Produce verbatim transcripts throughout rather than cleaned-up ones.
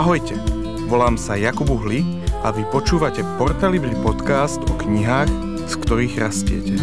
Ahojte, volám sa Jakub Uhli a vy počúvate Portalibri podcast o knihách, z ktorých rastiete.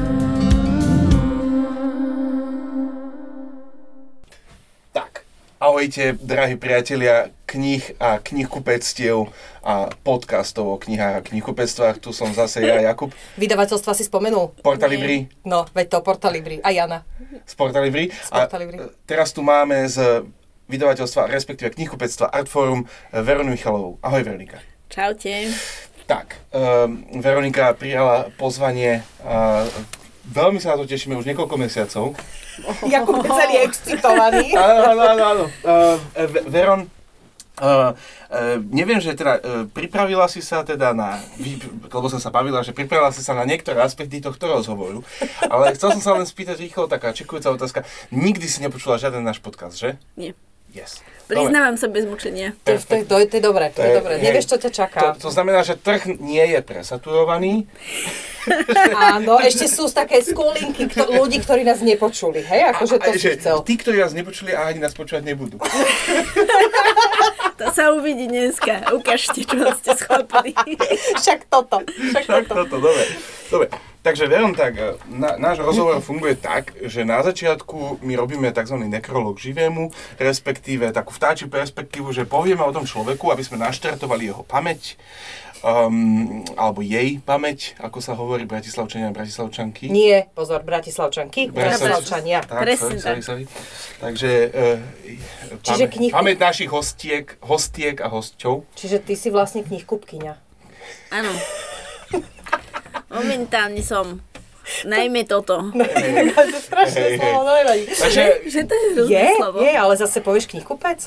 Tak, ahojte, drahí priatelia kníh a knihkupectiev a podcastov o knihách a knihkupectvách. Tu som zase ja, Jakub. Vydavateľstva si spomenul? Portalibri. No, veď to Portalibri. A Jana. Z Portalibri. Z Portalibri. A teraz tu máme z vydavateľstva, respektíve knihkupectva Artforum Veronu Michalovú. Ahoj, Veronika. Čaute. Tak, um, Veronika prijala pozvanie. Uh, veľmi sa na to tešíme už niekoľko mesiacov. Jakub je celý excitovaný. Áno, áno, áno, áno. Uh, Veron, uh, uh, neviem, že teda uh, pripravila si sa teda na, lebo som sa bavila, že pripravila si sa na niektoré aspekty tohto rozhovoru, ale chcel som sa len spýtať rýchlo, taká čekujúca otázka. Nikdy si nepočula žiaden náš podcast, že? Nie. Yes. Priznávam sa bez mučenia. To, to, to, to je dobré, to je dobré. Nevieš, čo ťa čaká. To, to znamená, že trh nie je presaturovaný. Áno, ešte sú také skúlinky kto, ľudí, ktorí nás nepočuli, hej? Akože to a, a, si chcel. Tí, ktorí nás nepočuli a ani nás počúvať nebudú. To sa uvidí dneska. Ukážte, čo ste schopní. Však toto. Však, Však toto. toto, dobre. Dobre. Takže Veron, tak na, náš rozhovor funguje tak, že na začiatku my robíme tzv. Nekrolog živému, respektíve takú vtáčiu perspektívu, že povieme o tom človeku, aby sme naštartovali jeho pamäť, um, alebo jej pamäť, ako sa hovorí Bratislavčania a Bratislavčanky. Nie, pozor, Bratislavčanky, Bratislavčania. Tak, Presne sorry, sorry, sorry. Takže uh, Čiže pamäť, knihu- pamäť našich hostiek, hostiek a hostčov. Čiže ty si vlastne knihkupkyňa. Áno. Momentálne som. Najmä toto. To je strašné slovo, no nevadí. Takže Že to je hrozné Je, slovo. je, ale zase povieš knihkupec?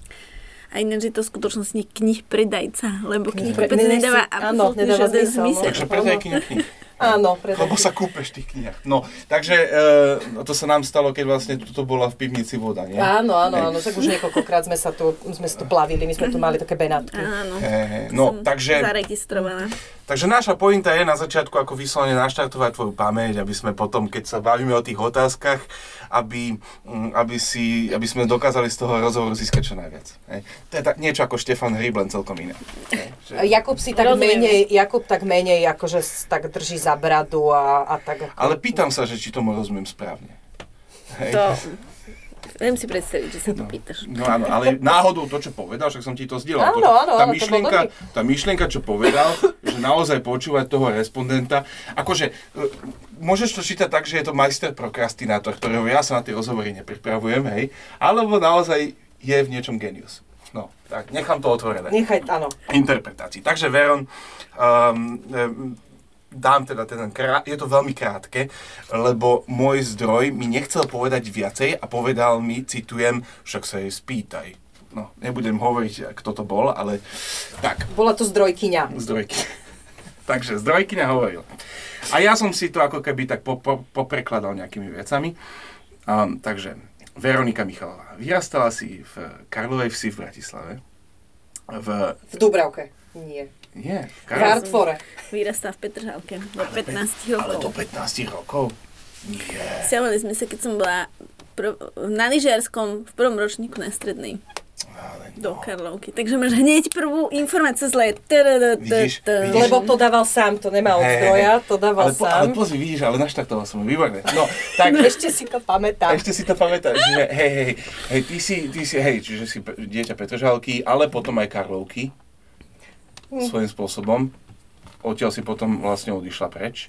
A ináč je to v skutočnosti knih predajca, lebo Knihpre- knihkupec ne- ne- nedáva si- áno, absolútne nedáva žiaden zmysel, no. zmysel. takže predaj knihu knih. Áno, predaj. Lebo sa kúpeš v tých knihách. No, takže e, to sa nám stalo, keď vlastne toto bola v pivnici voda, nie? Áno, áno, Hej. áno, však už niekoľkokrát sme sa tu, sme sa tu plavili, my sme tu mali také benátky. Áno. Hej, hej. No, Som takže, zaregistrovaná. takže naša pointa je na začiatku ako vyslovene naštartovať tvoju pamäť, aby sme potom, keď sa bavíme o tých otázkach, aby, mm, aby, si, aby sme dokázali z toho rozhovoru získať čo najviac. Hej. To je tak niečo ako Štefan Hryb, len celkom iné. Hej, že... Jakub si tak Rozumiem. menej, Jakub tak menej akože s- tak drží za bradu a, a tak ako... Ale pýtam sa, že či tomu rozumiem správne. Hej. To... Viem si predstaviť, že sa to pýtaš. No áno, ale náhodou to, čo povedal, však som ti to zdieľal. Áno, to, áno, tá, áno, to bol myšlienka, dobrý. tá myšlienka, čo povedal, že naozaj počúvať toho respondenta, akože e, môžeš to čítať tak, že je to majster prokrastinátor, ktorého ja sa na tie rozhovory nepripravujem, hej, alebo naozaj je v niečom genius. No, tak nechám to otvorené. Nechaj, áno. Interpretácii. Takže Veron, um, um, dám teda ten krá... je to veľmi krátke, lebo môj zdroj mi nechcel povedať viacej a povedal mi, citujem, však sa jej spýtaj. No, nebudem hovoriť, kto to bol, ale tak, Bola to zdrojkyňa. zdrojky. Takže zdrojkyňa hovoril. A ja som si to ako keby tak po, po, poprekladal nejakými vecami. Um, takže, Veronika Michalová. Vyrastala si v Karlovej Vsi v Bratislave. V... V Dubravke. Nie. Nie, v V Karlovej... Artfore. Vyrastá v Petržalke do pätnásť Ale do rokov. pätnásť rokov? Nie. Sťahovali sme sa, keď som bola prv, na lyžiarskom v prvom ročníku na strednej Ale do no. Karlovky. Takže máš hneď prvú informáciu zlé. Vidíš, vidíš. Lebo to dával sám, to nemá od Hej, hej, zdroja, hej. to dával ale, po, ale sám. pozri, vidíš, ale naštartoval som, výborné. No, tak, Ešte si to pamätám. ešte si to pamätáš, že hej, hej, hej, ty si, ty si, hej, čiže si pe- dieťa Petržalky, ale potom aj Karlovky, svojím spôsobom. Odtiaľ si potom vlastne odišla preč.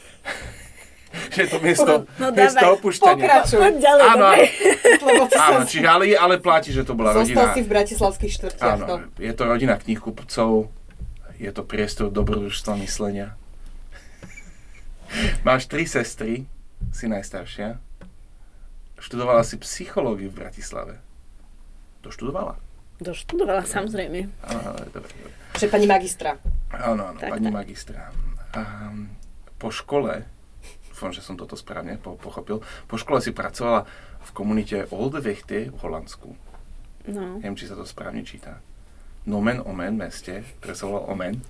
Že je to miesto, No miesto dávaj, opúšťania. Pokračuj. Poď ďalej, Áno, dobre. Lebo to áno, sa čiže ale, ale platí, že to bola zostal rodina. si v bratislavských štvrtiach. Áno, No. je to rodina knihkupcov, je to priestor dobrodružstva myslenia. Máš tri sestry, si najstaršia. Študovala si psychológiu v Bratislave. Doštudovala? Doštudovala, samozrejme. Áno, áno, dobre, dobre. Že pani magistra. Áno, áno, Tak, pani tak. magistra. A po škole, dúfam, že som toto správne po, pochopil, po škole si pracovala v komunite Oldevechte v Holandsku. No. Neviem, či sa to správne číta. Nomen Omen meste, ktoré sa volá Omen.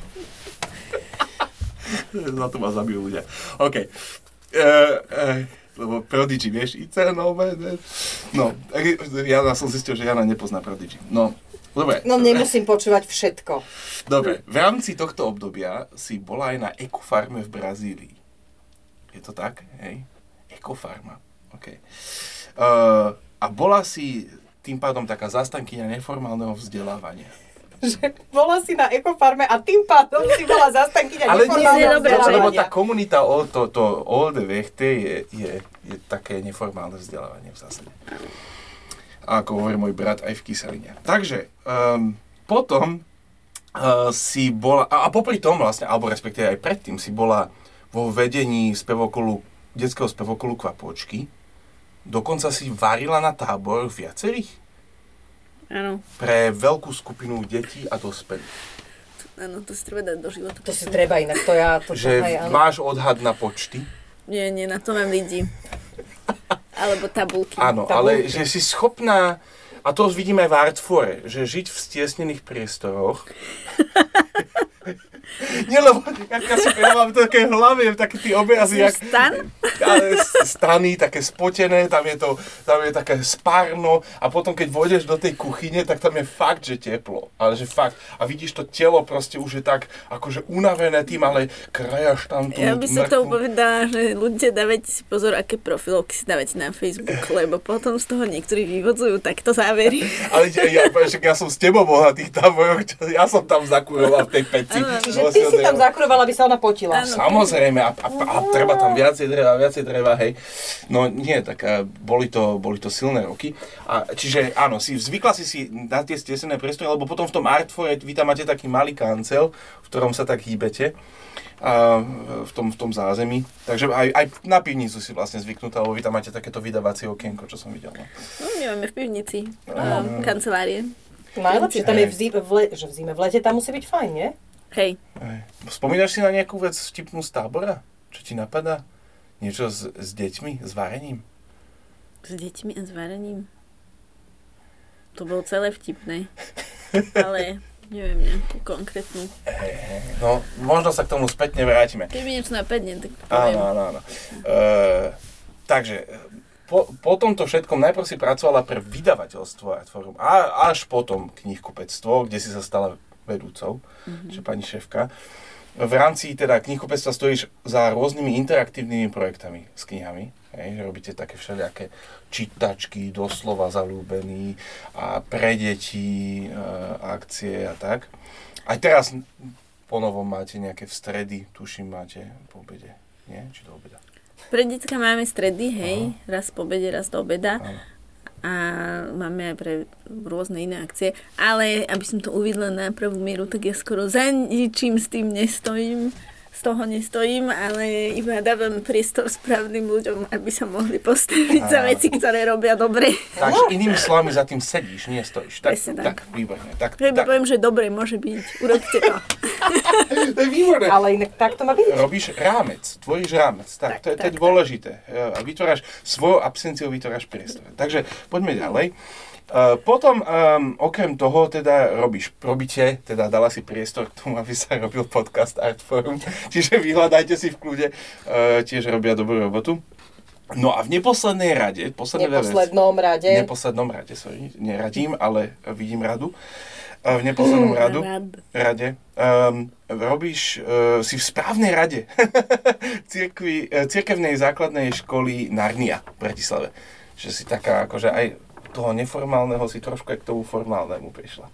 Za to ma zabijú ľudia. OK. Uh, uh, lebo Prodigy, vieš, it's an omen. No, Jana som zistil, že Jana nepozná Prodigy. No, dobre. No nemusím počúvať všetko. Dobre, v rámci tohto obdobia si bola aj na ekofarme v Brazílii. Je to tak? Hej? Ekofarma. OK. Uh, a bola si tým pádom taká zastankyňa neformálneho vzdelávania. Že bola si na ekofarme a tým pádom si bola zastankyňa ale neformálneho nie, vzdelávania. lebo tá komunita, o, to, to Olde Vechte je, je, je také neformálne vzdelávanie v zásade. A ako hovorí môj brat, aj v Kyseline. Takže, um, potom uh, si bola, a, a popri tom vlastne, alebo respektíve aj predtým, si bola vo vedení spevokolu, detského spevokolu Kvapôčky. Dokonca si varila na tábor viacerých. Áno. Pre veľkú skupinu detí a dospelých. Áno, to si treba dať do života. To si treba inak, to ja... To že aj, máš odhad na počty. Nie, nie, na to mám ľudí. Alebo tabulky. Áno, ale že si schopná, a to vidíme aj v Artfore, že žiť v stiesnených priestoroch. Nie, lebo ja si mám také hlavy, také tí obrazy, jak stan? stany, také spotené, tam je to, tam je také spárno a potom keď vojdeš do tej kuchyne, tak tam je fakt, že teplo, ale že fakt. A vidíš to telo proste už je tak akože unavené tým, ale krajaš tam tú Ja by som mŕtvu. to povedala, že ľudia dávajte si pozor, aké profilovky si dávate na Facebook, lebo potom z toho niektorí vyvodzujú takto závery. Ale ja, ja, ja som s tebou bol na tých táboroch, ja som tam zakuroval v tej peci. Čiže ty si tam zakuroval, aby sa ona potila. Áno. Samozrejme, a, a, a treba tam viacej dreva, viacej dreva, hej. No nie, tak a, boli, to, boli to silné roky. A, čiže áno, si, zvykla si si na tie stiesené priestory, lebo potom v tom Artfore vy tam máte taký malý kancel, v ktorom sa tak hýbete. A, v, tom, v tom zázemí. Takže aj, aj na pivnicu si vlastne zvyknutá, lebo vy tam máte takéto vydávacie okienko, čo som videl. No. No, my máme v pivnici um, kancelárie. Najlepšie tam je v zime, v, le, že v zime, v lete tam musí byť fajn, nie? Hej. Spomínaš si na nejakú vec vtipnú z tábora? Čo ti napadá? Niečo s, s deťmi, s varením? S deťmi a s varením. To bolo celé vtipné. Ale neviem nejakú konkrétnu. No, možno sa k tomu spätne vrátime. Keď mi niečo napadne, tak poviem. Áno, áno, áno. Uh, takže, po, po tomto všetkom najprv si pracovala pre vydavateľstvo Artforum a až potom knihkupectvo, kde si sa stala vedúcou, mm-hmm. že pani šéfka. V rámci teda knihkupectva stojíš za rôznymi interaktívnymi projektami s knihami. Hej, že robíte také všelijaké čítačky, doslova zaľúbení a pre deti e, akcie a tak. Aj teraz po novom máte nejaké v stredy, tuším máte po obede, nie? Či do obeda? Pre decka máme stredy, hej, Aha. raz po obede, raz do obeda. Áno. A máme aj pre rôzne iné akcie. Ale aby som to uvidela na pravú mieru, tak ja skoro za ničím s tým nestojím. Z toho nestojím, ale iba dávam priestor správnym ľuďom, aby sa mohli postaviť za veci, ktoré robia dobre. Takže inými slovami za tým sedíš, nie stojíš. Tak, Presne tak. tak. Výborne. Tak, Ja tak. iba poviem, že dobre, môže byť. Urobte to. To je výborné. Ale inak tak to má byť. Robíš rámec, tvoríš rámec, tak, Tak, to, je, to je tak, dôležité. A vytváraš svojou absenciou, vytváraš priestor. Takže poďme ďalej. Uh, potom, um, okrem toho, teda robíš, robíte, teda dala si priestor k tomu, aby sa robil podcast Artforum, čiže vyhľadajte si v kľude, uh, tiež robia dobrú robotu. No a v neposlednej rade, V posledné neposlednom rade. V neposlednom rade, sorry, neradím, ale vidím radu. Uh, v neposlednom radu, Rad. rade um, robíš, uh, si v správnej rade Cirkvi, uh, cirkevnej základnej školy Narnia v Bratislave. Že si taká, akože aj toho neformálneho si trošku aj k tomu formálnemu prišla.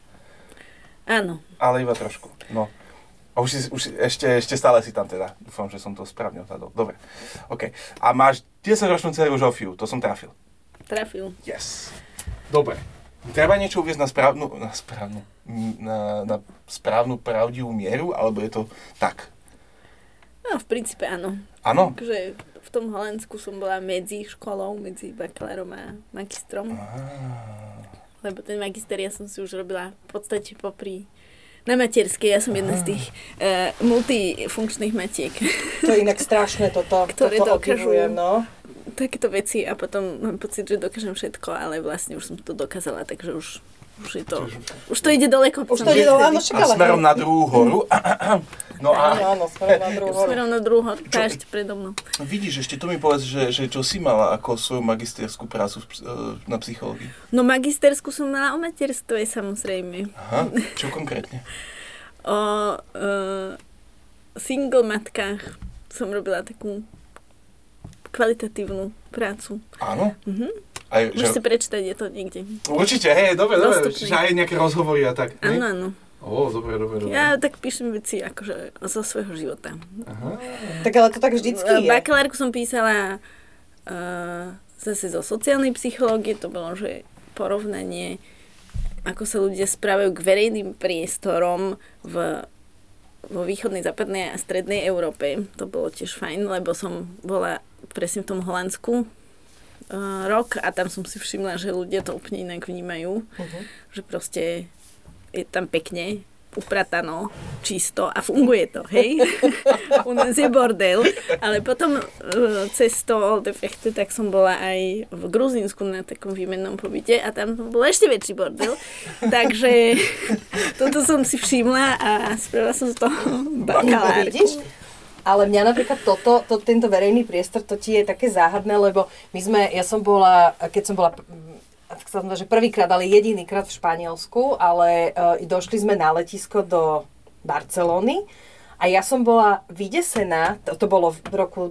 Áno. Ale iba trošku, no. A už, si, už si, ešte, ešte stále si tam teda. Dúfam, že som to správne odhadol. Dobre, OK. A máš desaťročnú dceru Žofiu, to som trafil. Trafil. Yes. Dobre. Treba niečo uviesť na správnu, na správnu, na, na správnu pravdivú mieru, alebo je to tak? No, v princípe áno. Áno? Takže v tom Holandsku som bola medzi školou, medzi bakalárom a magistrom. Ah. Lebo ten magister ja som si už robila v podstate popri na materskej. Ja som jedna z tých uh, multifunkčných matiek. To je inak strašné toto. Ktoré toto dokážu obdivujem, no. takéto veci a potom mám pocit, že dokážem všetko, ale vlastne už som to dokázala, takže už už je to, už to ide dole kopcom. Už to ide dole, áno, však A ale smerom hej. na druhú horu. No a Áno, áno, smerom na druhú horu. Smerom na druhú horu, tášť predo mnou. vidíš, ešte to mi povedz, že, že čo si mala ako svoju magisterskú prácu v ps- e, na psychológii. No magistersku som mala o materstve, samozrejme. Aha, čo konkrétne? O uh, single matkách som robila takú kvalitatívnu prácu. Áno? Mhm. Aj, Môžete že, prečítať, je to niekde. určite, hej, dobre, dobre, Dostupný. čiže aj nejaké rozhovory a tak. Áno, áno. Ó, dobre, dobre, dobre. Ja tak píšem veci akože zo svojho života. Aha. Tak ale to tak vždycky je. Bakalárku som písala uh, zase zo sociálnej psychológie, to bolo, že porovnanie, ako sa ľudia správajú k verejným priestorom v, vo východnej, západnej a strednej Európe. To bolo tiež fajn, lebo som bola presne v tom Holandsku uh, rok a tam som si všimla, že ľudia to úplne inak vnímajú. Uh-huh. Že proste je tam pekne, upratano, čisto a funguje to, hej? U nás je bordel, ale potom uh, cez to Old Effectu, tak som bola aj v Gruzínsku na takom výmennom pobyte a tam bol ešte väčší bordel, takže toto som si všimla a spravila som z toho bakalárku. Vidíš? Ale mňa napríklad toto, to, tento verejný priestor, to ti je také záhadné, lebo my sme, ja som bola, keď som bola, tak sa že prvýkrát, ale jedinýkrát v Španielsku, ale uh, došli sme na letisko do Barcelony a ja som bola vydesená, to, to bolo v roku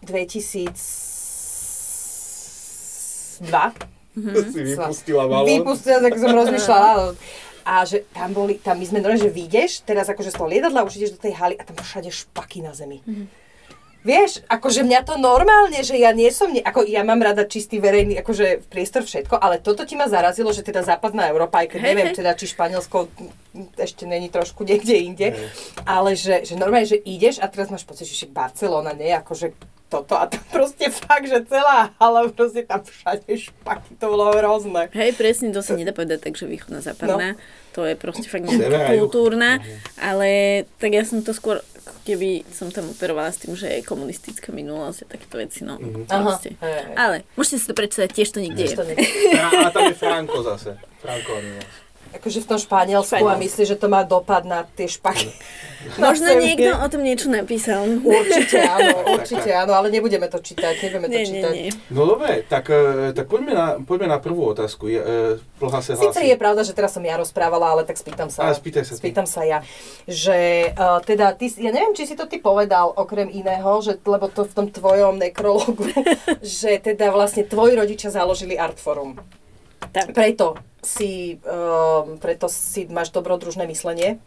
dvetisícdva. Mm-hmm. Si vypustila balón. Vypustila, tak som rozmýšľala. A že tam boli, tam my sme normálne, že vyjdeš, teraz akože z toho lietadla už ideš do tej haly a tam všade špaky na zemi. Mm-hmm. Vieš, akože mňa to normálne, že ja nie som, ne, ako ja mám rada čistý verejný, akože priestor všetko, ale toto ti ma zarazilo, že teda západná Európa, aj keď Hej, neviem, hej. teda či Španielsko ešte není trošku niekde inde, Hej. ale že, že normálne, že ideš a teraz máš pocit, že Barcelona, nie, akože toto a tam proste fakt, že celá hala, proste tam všade špaky, to bolo hrozné. Hej, presne, to sa nedá povedať tak, že východná, západná. No. To je proste fakt Sever a juh. kultúrna. Ale tak ja som to skôr, ako keby som tam operovala s tým, že je komunistická minulosť a takéto veci, no. Mhm. Aha, Proste. hej, hej. Ale môžete si to prečítať, tiež to niekde je. Vieš to nie- A, a tam je Franko zase. Franko Akože v tom Španielsku a Španielsku. myslíš, že to má dopad na tie špaky. Možno Na niekto zemi. o tom niečo napísal. Určite áno, určite áno, ale nebudeme to čítať, nebudeme to Nie, nie, čítať. nie. No dobre, tak, e, tak poďme, na, poďme na prvú otázku. Je, e, Plha sa Sice hlási. je pravda, že teraz som ja rozprávala, ale tak spýtam sa. Ale spýtaj sa ty. Spýtam sa ja. Že uh, teda, ty, ja neviem, či si to ty povedal okrem iného, že, lebo to v tom tvojom nekrologu, že teda vlastne tvoji rodičia založili Artforum. Tak. Preto si, um, preto si máš dobrodružné myslenie.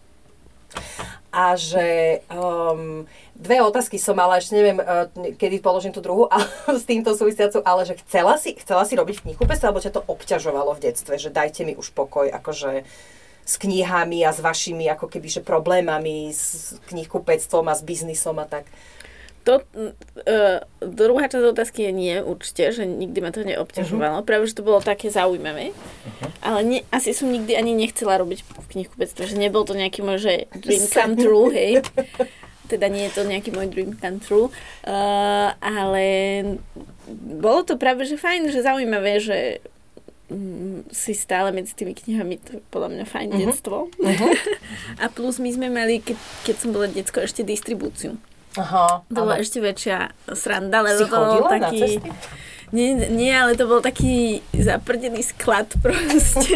A že um, dve otázky som mala, ešte neviem, uh, kedy položím tú druhú, ale s týmto súvisiacu, ale že chcela si, chcela si robiť v knihkupectve, alebo ťa to obťažovalo v detstve, že dajte mi už pokoj, akože s knihami a s vašimi ako keby, že problémami s knihkupectvom a s biznisom a tak. To, uh, druhá časť otázky je nie, určite, že nikdy ma to neobťažovalo. Uh-huh. Práve, že to bolo také zaujímavé. Uh-huh. Ale nie, asi som nikdy ani nechcela robiť v knihkupectve, že nebol to nejaký môj, že dream come true, hej. Teda nie je to nejaký môj dream come true. Uh, ale bolo to práve, že fajn, že zaujímavé, že um, si stále medzi tými knihami, to je podľa mňa fajn uh-huh. detstvo. Uh-huh. A plus my sme mali, keď, keď som bola decko, ešte distribúciu. Aha. To bola ešte väčšia sranda, lebo Si to bol chodila na taký... cesty? Nie, nie, ale to bol taký zaprdený sklad proste.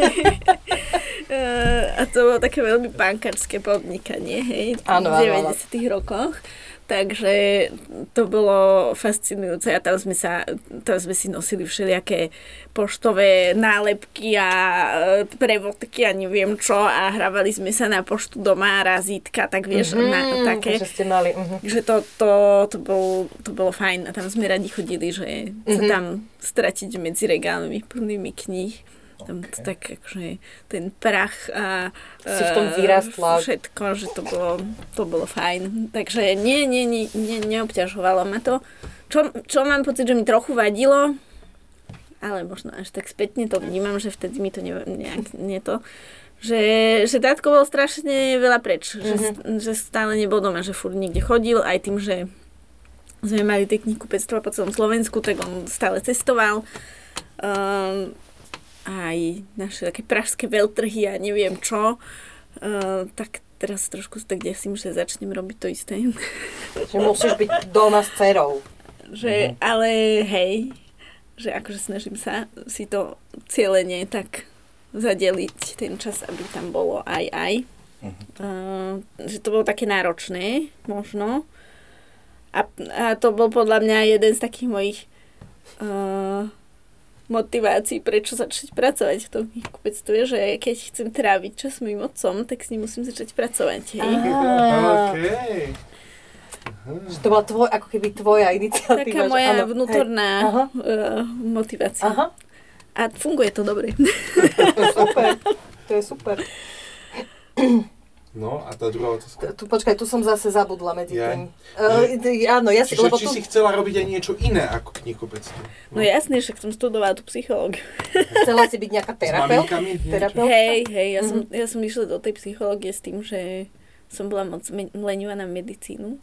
A to bolo také veľmi pánkarské podnikanie, hej, Áno, v áno, áno. deväťdesiatych rokoch. Takže to bolo fascinujúce a tam sme sa, tam sme si nosili všelijaké poštové nálepky a prevodky a neviem čo a hrávali sme sa na poštu doma, razítka, tak vieš, Mhm, na, také. že ste mali, mhm. Že to, to, to, bol, to bolo fajn a tam sme radi chodili, že sa Mhm. tam stratiť medzi regálmi plnými kníh. Tam Okay. to tak akože ten prach a Si v tom e, vyrastla. všetko, že to bolo, to bolo fajn. Takže nie, nie, nie, nie, neobťažovalo ma to. Čo, čo mám pocit, že mi trochu vadilo, ale možno až tak spätne to vnímam, že vtedy mi to ne, nejak nie to, že, že tátko bol strašne veľa preč, mm-hmm. že, že stále nebol doma, že furt niekde chodil, aj tým, že sme mali tie knihkupectva po celom Slovensku, tak on stále cestoval. Um, aj naše také pražské veľtrhy a neviem čo, uh, tak teraz trošku tak desím, že začnem robiť to isté. Že musíš byť doma s dcerou. Že, ale hej, že akože snažím sa si to cieľene tak zadeliť ten čas, aby tam bolo aj aj. Uh, že to bolo také náročné, možno. A, a to bol podľa mňa jeden z takých mojich uh, motivácií, prečo začať pracovať v tom knihkupectve, že keď chcem tráviť čas s mojím otcom, tak s ním musím začať pracovať. Hej. Okay. Že to bola tvoj, ako keby tvoja iniciatíva. Taká moja áno, vnútorná uh, motivácia. Aha. A funguje to dobre. Super, to je super. No a tá druhá otázka? Tu, počkaj, tu som zase zabudla medzi Ja. tým. Uh, áno, ja si... Čiže lebo či tu... si chcela robiť aj niečo iné ako knihkupectvo? No jasne, však som študovala tú psychológiu. Chcela si byť nejaká S terapeut? maminkami niečo? Terapeutka? Hej, hej, ja, som, ja som išla do tej psychológie s tým, že som bola moc me- lenivá na medicínu.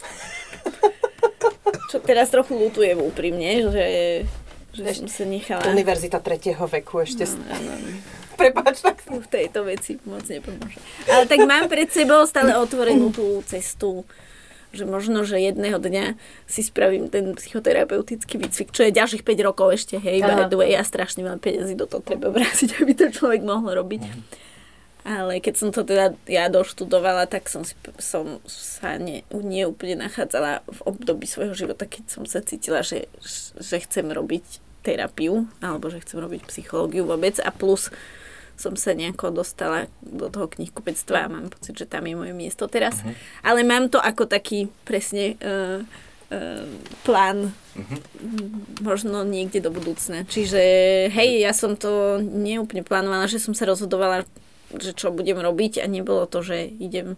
Čo teraz trochu ľutujem úprimne, že, že som sa nechala... Univerzita tretieho veku ešte... No, no, no. Prepáč, tak... V tejto veci moc nepomôže. Ale tak mám pred sebou stále otvorenú tú cestu, že možno, že jedného dňa si spravím ten psychoterapeutický výcvik, čo je ďalších päť rokov ešte, hej, by the way, a strašne veľa peniazy do toho treba vrátiť, aby to človek mohol robiť. Ale keď som to teda ja doštudovala, tak som, si, som sa nie, nie úplne nachádzala v období svojho života, keď som sa cítila, že, že chcem robiť terapiu, alebo že chcem robiť psychológiu vôbec, a plus som sa nejako dostala do toho knihkupectva a mám pocit, že tam je moje miesto teraz. Uh-huh. Ale mám to ako taký presne uh, uh, plán uh-huh. možno niekde do budúcna. Čiže hej, ja som to neúplne plánovala, že som sa rozhodovala, že čo budem robiť, a nebolo to, že idem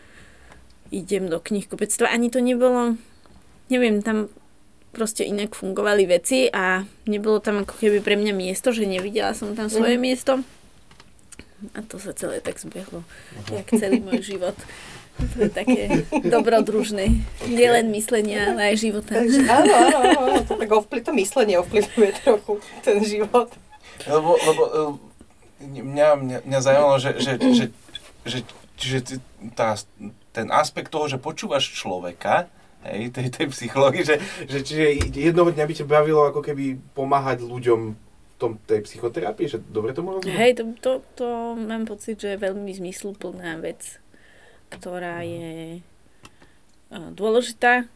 idem do knihkupectva. Ani to nebolo, neviem, tam proste inak fungovali veci a nebolo tam ako keby pre mňa miesto, že nevidela som tam svoje uh-huh. miesto. A to sa celé tak zbehlo, jak celý môj život. To je také dobrodružné. Nie len myslenia, ale aj života. Takže, áno, áno, áno, to tak ovplyv, to myslenie ovplyvňuje trochu ten život. Lebo, lebo mňa, mňa, mňa zaujímalo, že, že, že, že, že tá, ten aspekt toho, že počúvaš človeka, hej, tej, tej psychológie, že, že čiže jedného dňa by ťa bavilo ako keby pomáhať ľuďom tom, tej psychoterapii, že dobre tomu rozumiem? Hej, to, to, to mám pocit, že je veľmi zmysluplná vec, ktorá je uh, dôležitá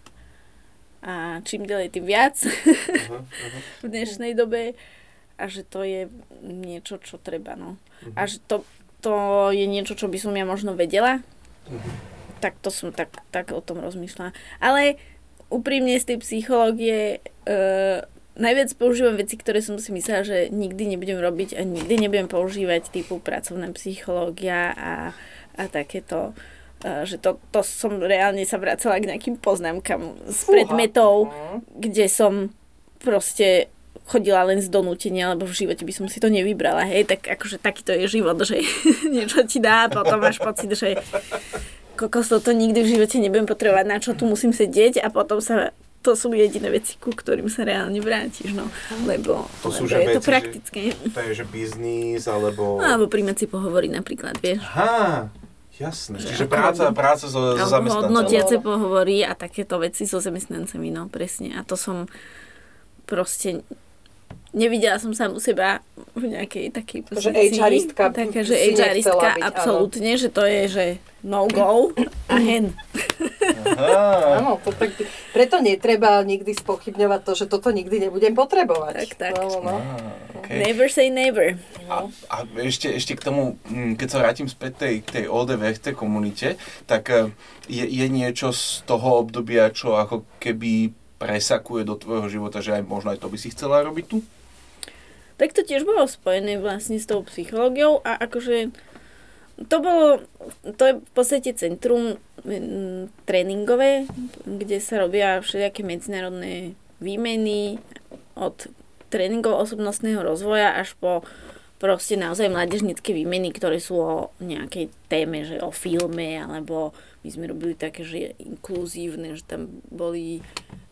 a čím ďalej, tým viac uh-huh, uh-huh. v dnešnej dobe, a že to je niečo, čo treba, no. Uh-huh. A že to, to je niečo, čo by som ja možno vedela, uh-huh. tak to som tak, tak o tom rozmýšľala. Ale úprimne z tej psychológie uh, najviac používam veci, ktoré som si myslela, že nikdy nebudem robiť a nikdy nebudem používať, typu pracovná psychológia a, a takéto. Uh, že to, to som reálne sa vracala k nejakým poznámkam z predmetov, kde som proste chodila len z donútenia, lebo v živote by som si to nevybrala. Hej, tak akože takýto je život, že niečo ti dá a potom máš pocit, že kokos, toto nikdy v živote nebudem potrebovať, na čo tu musím sedieť, a potom sa to sú jediné veci, ku ktorým sa reálne vrátiš, no. Lebo, to lebo sú, je veci, to praktické. Že, to je, že biznis, alebo... No, alebo príjmací pohovory napríklad, vieš. Aha, jasné. Že Čiže práca, práca so, so zamestnancami. Hodnotiace pohovory a takéto veci so zamestnancami, no, presne. A to som proste... Nevidela som sám u seba v nejakej takej pozícii. Že HRistka. Taká, že HRistka, absolútne, že to je, že no go a hen. Áno, to tak, preto netreba nikdy spochybňovať to, že toto nikdy nebudem potrebovať. Tak, tak. No, no. Ah, okay. Never say never. A, a ešte, ešte k tomu, keď sa vrátim späť tej, k tej ó dé vé, k tej komunite, tak je, je niečo z toho obdobia, čo ako keby presakuje do tvojho života, že aj možno aj to by si chcela robiť tu? Tak to tiež bolo spojené vlastne s tou psychológiou a akože to bolo, to je v podstate centrum m, tréningové, kde sa robia všelijaké medzinárodné výmeny od tréningov osobnostného rozvoja až po proste naozaj mládežnícke výmeny, ktoré sú o nejakej téme, že o filme, alebo my sme robili také, že inkluzívne, že tam boli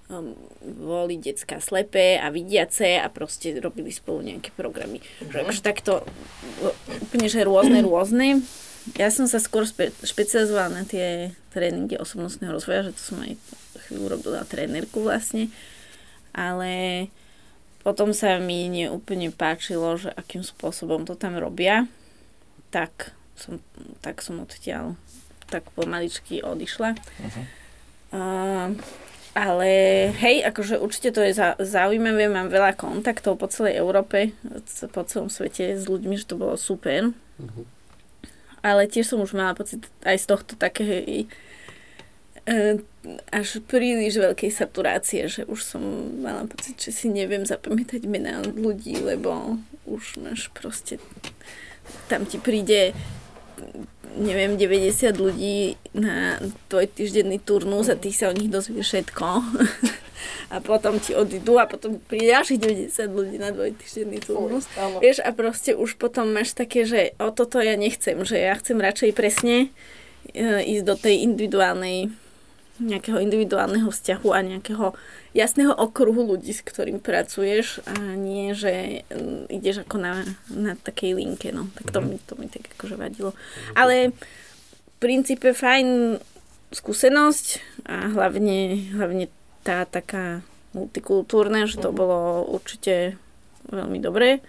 um, boli decká slepé a vidiace a proste robili spolu nejaké programy. Uh-huh. Že akože takto úplne, že rôzne, rôzne. Ja som sa skôr spe- špecializovala na tie tréningy osobnostného rozvoja, že to som aj chvíľu robila trénerku vlastne. Ale potom sa mi neúplne páčilo, že akým spôsobom to tam robia. Tak som, tak som odtiaľ tak pomaličky odišla. Uh-huh. Uh, ale hej, akože určite to je zaujímavé, mám veľa kontaktov po celej Európe, po celom svete s ľuďmi, že to bolo super. Uh-huh. Ale tiež som už mala pocit aj z tohto také uh, až príliš veľkej saturácie, že už som mala pocit, že si neviem zapamätať mená ľudí, lebo už máš proste, tam ti príde neviem, deväťdesiat ľudí na tvoj týždenný turnus a ty sa o nich dozvieš všetko. A potom ti odídu a potom príde ďalších deväťdesiat ľudí na tvoj týždenný turnus. Uj, vieš, a proste už potom máš také, že o toto ja nechcem, že ja chcem radšej presne e, ísť do tej individuálnej, nejakého individuálneho vzťahu a nejakého jasného okruhu ľudí, s ktorým pracuješ a nie, že um, ideš ako na, na takej linke, no. Tak to, mm-hmm. mi, to mi tak akože vadilo. Ale v princípe fajn skúsenosť a hlavne, hlavne tá taká multikultúrna, že to bolo určite veľmi dobré.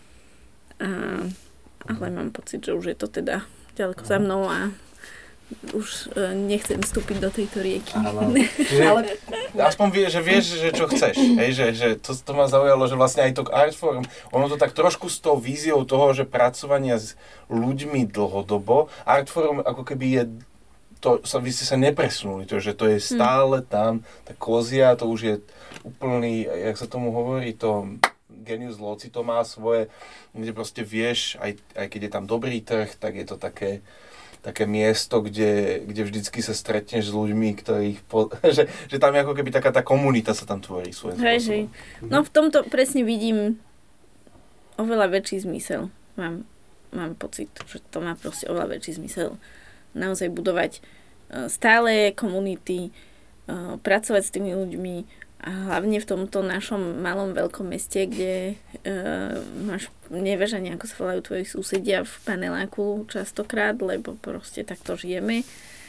A, ale mám pocit, že už je to teda ďaleko za mnou a už uh, nechcem vstúpiť do tejto rieky. Áno. Čiže ale aspoň vieš, že vieš, že čo chceš. Hej, že, že to, to ma zaujalo, že vlastne aj to Artforum, ono to tak trošku s tou víziou toho, že pracovania s ľuďmi dlhodobo, Artforum ako keby je, to, sa, vy ste sa nepresunuli, to, že to je stále tam, tá kozia, to už je úplný, jak sa tomu hovorí, to genius loci, to má svoje, kde proste vieš, aj, aj keď je tam dobrý trh, tak je to také také miesto, kde, kde vždycky sa stretneš s ľuďmi, ktorých, po, že, že tam je ako keby taká tá komunita sa tam tvorí svojím hej, spôsobom. Hej. No v tomto presne vidím oveľa väčší zmysel. Mám, mám pocit, že to má proste oveľa väčší zmysel. Naozaj budovať stále komunity, pracovať s tými ľuďmi a hlavne v tomto našom malom veľkom meste, kde uh, máš, nevieš ani ako sa volajú tvoji susedia v paneláku častokrát, lebo proste takto žijeme,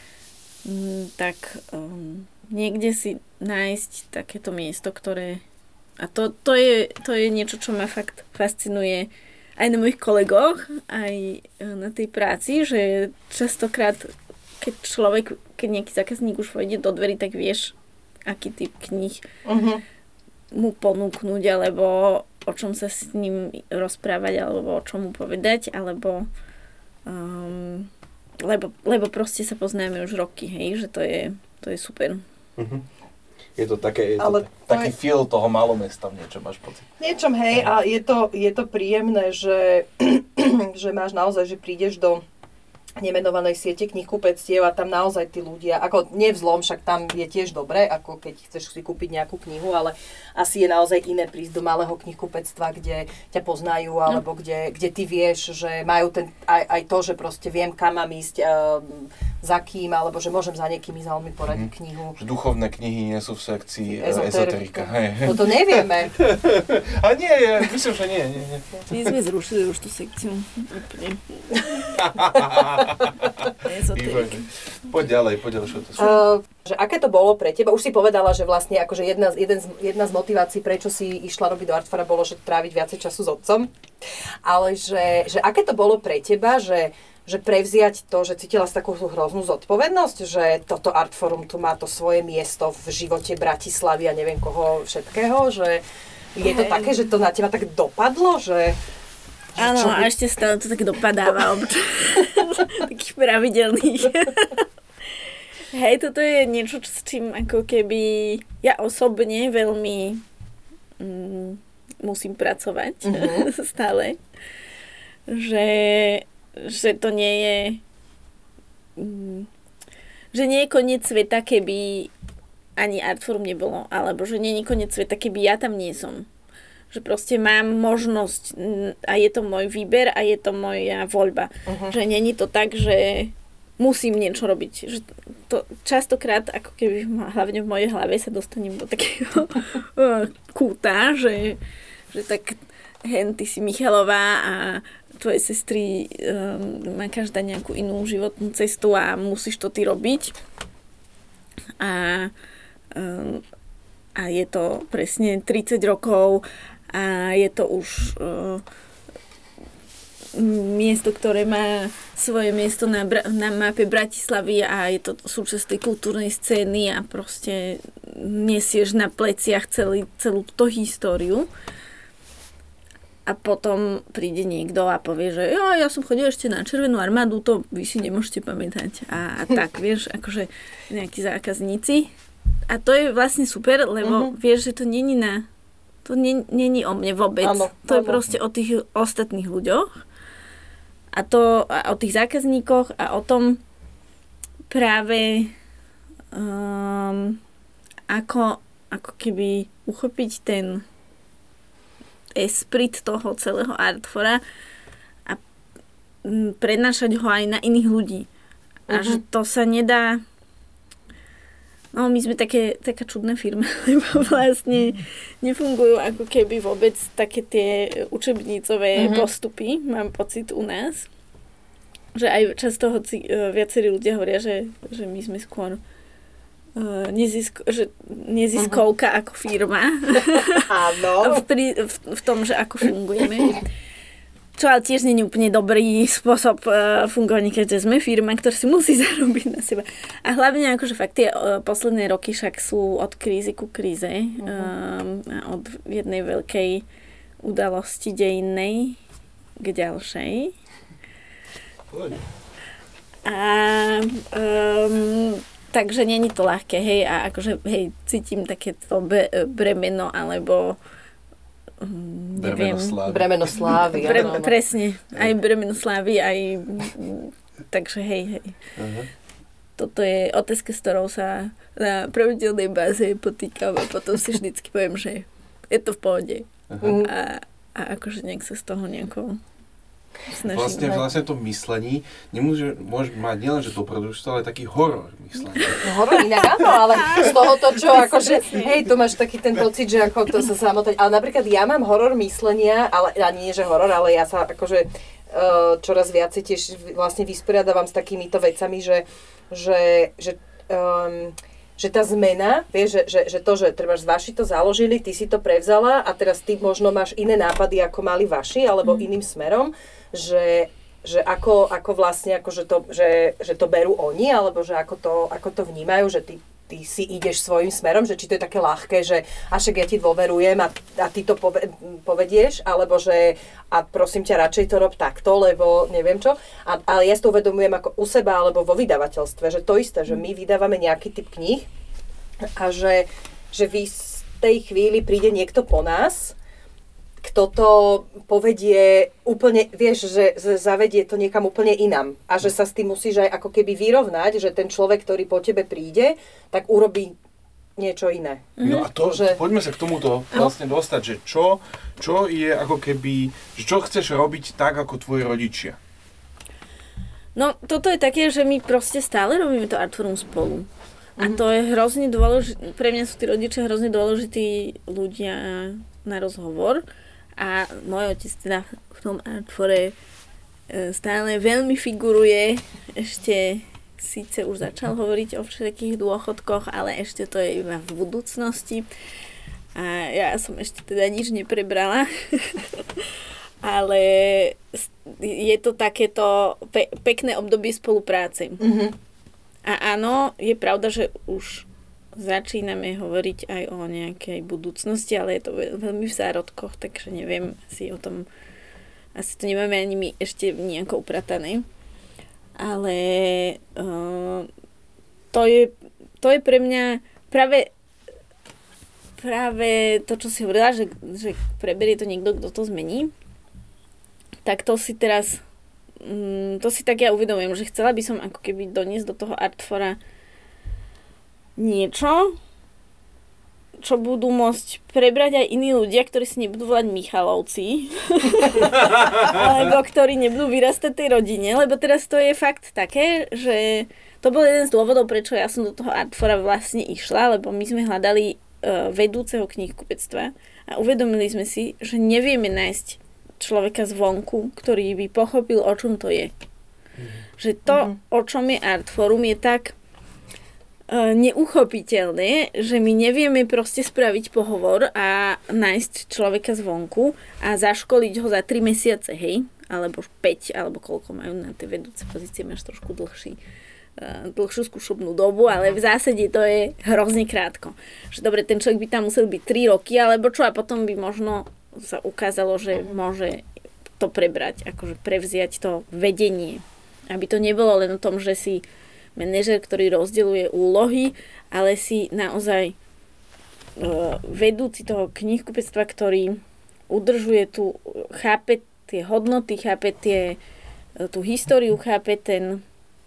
mm, tak um, niekde si nájsť takéto miesto, ktoré a to, to, je, to je niečo, čo ma fakt fascinuje aj na mojich kolegoch, aj na tej práci, že častokrát keď človek, keď nejaký zákazník už vojde do dverí, tak vieš, aký typ kníh uh-huh. mu ponúknuť, alebo o čom sa s ním rozprávať, alebo o čom mu povedať, alebo um, lebo, lebo proste sa poznáme už roky, hej, že to je, to je super. Uh-huh. Je to, také, je to Ale t- taký je... feel toho malomesta v niečom, máš pocit. Niečom, hej, a je to, je to príjemné, že, že máš naozaj, že prídeš do nemenovanej siete knihkupectiev a tam naozaj tí ľudia, ako nie v zlom, však tam je tiež dobre, ako keď chceš si kúpiť nejakú knihu, ale asi je naozaj iné prísť do malého knihkupectva, kde ťa poznajú, alebo no. kde, kde ty vieš, že majú ten, aj, aj to, že proste viem, kam mám ísť, um, za kým, alebo že môžem za niekým ísť, ale mi poradiť mm. knihu. Že duchovné knihy nie sú v sekcii ezoterika. ezoterika. Hej. No to nevieme. A nie, ja myslím, že nie. nie, nie. My sme zrušili už tú sekciu. Úplne. Poď ďalej, poď ďalej. Uh, že aké to bolo pre teba? Už si povedala, že vlastne akože jedna, jeden z, jedna z motivácií, prečo si išla robiť do Artfora, bolo, že tráviť viacej času s otcom. Ale že, že aké to bolo pre teba, že že prevziať to, že cítila si takú hroznú zodpovednosť, že toto Artforum tu má to svoje miesto v živote Bratislavy a neviem koho všetkého, že je to také, že to na teba tak dopadlo, že... Áno, by... a ešte stále to tak dopadáva občas. Takých pravidelných. Hej, toto je niečo, s čím ako keby ja osobne veľmi mm, musím pracovať uh-huh. stále. Že že to nie je že nie je koniec sveta, keby ani Artforum nebolo, alebo že nie je koniec sveta, keby ja tam nie som. Že proste mám možnosť a je to môj výber a je to moja voľba. Uh-huh. Že nie je to tak, že musím niečo robiť. Že to častokrát, ako keby hlavne v mojej hlave sa dostanem do takého kúta, že, že tak hen, ty si Michalová a tvoje sestry um, má každá nejakú inú životnú cestu a musíš to ty robiť. A, um, a je to presne tridsať rokov a je to už uh, miesto, ktoré má svoje miesto na, na mape Bratislavy a je to súčasť tej kultúrnej scény a proste nesieš na pleciach celý, celú tú históriu. A potom príde niekto a povie, že ja, ja som chodil ešte na Červenú armádu, to vy si nemôžete pamätať. A, a tak, vieš, akože nejakí zákazníci. A to je vlastne super, lebo uh-huh. vieš, že to není na... To není o mne vôbec. Áno, to áno. je proste o tých ostatných ľuďoch. A to a o tých zákazníkoch a o tom práve um, ako, ako keby uchopiť ten esprit toho celého Artfora a prenášať ho aj na iných ľudí. A uh-huh. že to sa nedá... No, my sme také, taká čudná firma, lebo vlastne nefungujú ako keby vôbec také tie učebnicové uh-huh. postupy, mám pocit u nás. Že aj často hoci uh, viacerí ľudia hovoria, že, že my sme skôr uh, nezisk, že neziskovka uh-huh. ako firma. Áno. v, pri, v, v tom, že ako fungujeme. Čo ale tiež nie je úplne dobrý spôsob uh, fungovania, keďže sme firma, ktorá si musí zarobiť na seba. A hlavne akože fakt tie uh, posledné roky však sú od krízy ku kríze. Uh-huh. Um, od jednej veľkej udalosti dejinnej k ďalšej. A um, takže nie je to ľahké, hej, a akože, hej, cítim takéto be, bremeno, alebo um, neviem. Bremeno slávy. Bre, presne, aj bremeno slávy, aj takže hej, hej. Uh-huh. Toto je otázka, s ktorou sa na pravidelnej báze potýkam a potom si vždycky poviem, že je to v pohode. Uh-huh. A, a akože nejak sa z toho nejako snažím. Vlastne, vlastne to myslení nemôže, môže mať nielen, že to produktstvo, ale taký horor myslení. No, horor inak áno, ale z toho to, čo akože, hej, tu máš taký ten pocit, že ako to sa samotať, ale napríklad ja mám horor myslenia, ale ani nie, že horor, ale ja sa akože uh, čoraz viacej tiež vlastne vysporiadávam s takýmito vecami, že, že, že um, že tá zmena, vieš, že, že, že to, že treba vaši to založili, ty si to prevzala a teraz ty možno máš iné nápady, ako mali vaši, alebo mm. iným smerom, že, že ako, ako vlastne, ako, že, to, že, že to berú oni, alebo že ako to, ako to vnímajú, že ty, ty si ideš svojím smerom, že či to je také ľahké, že a však ja ti dôverujem a, a ty to pove, povedieš, alebo že a prosím ťa, radšej to rob takto, lebo neviem čo. A, ale ja si to uvedomujem ako u seba, alebo vo vydavateľstve, že to isté, že my vydávame nejaký typ kníh a že, že vy z tej chvíli príde niekto po nás, kto to povedie úplne, vieš, že zavedie to niekam úplne inám a že sa s tým musíš aj ako keby vyrovnať, že ten človek, ktorý po tebe príde, tak urobí niečo iné. No a to, že... poďme sa k tomuto vlastne dostať, že čo, čo je ako keby, že čo chceš robiť tak, ako tvoji rodičia? No, toto je také, že my proste stále robíme to Artforum spolu. A to je hrozne dôležité, pre mňa sú tí rodičia hrozne dôležití ľudia na rozhovor. A môj otec teda v tom Artfore stále veľmi figuruje. Ešte síce už začal hovoriť o všetkých dôchodkoch, ale ešte to je iba v budúcnosti. A ja som ešte teda nič neprebrala. Ale je to takéto pe- pekné obdobie spolupráce. Mm-hmm. A áno, je pravda, že už začíname hovoriť aj o nejakej budúcnosti, ale je to veľmi v zárodkoch, takže neviem si o tom, asi to nemáme ani my ešte nejako upratané. Ale uh, to, je, to je pre mňa práve, práve to, čo si hovorila, že, že preberie to niekto, kto to zmení. Tak to si teraz, um, to si tak ja uvedomujem, že chcela by som ako keby doniesť do toho Artfora niečo, čo budú môcť prebrať aj iní ľudia, ktorí si nebudú volať Michalovci, alebo ktorí nebudú vyrastať tej rodine, lebo teraz to je fakt také, že to bol jeden z dôvodov, prečo ja som do toho Artfora vlastne išla, lebo my sme hľadali uh, vedúceho knihkupectva a uvedomili sme si, že nevieme nájsť človeka zvonku, ktorý by pochopil, o čom to je. Mm. Že to, mm-hmm. o čom je Artforum, je tak neuchopiteľné, že my nevieme proste spraviť pohovor a nájsť človeka zvonku a zaškoliť ho za tri mesiace, hej, alebo päť, alebo koľko majú na tie vedúce pozície, máš trošku dlhší, uh, dlhšiu skúšobnú dobu, ale v zásade to je hrozne krátko. Že dobre, ten človek by tam musel byť tri roky, alebo čo, a potom by možno sa ukázalo, že môže to prebrať, akože prevziať to vedenie. Aby to nebolo len o tom, že si manažer, ktorý rozdeľuje úlohy, ale si naozaj uh, vedúci toho knihkupectva, ktorý udržuje tu, chápe tie hodnoty, chápe tie, tú históriu, chápe ten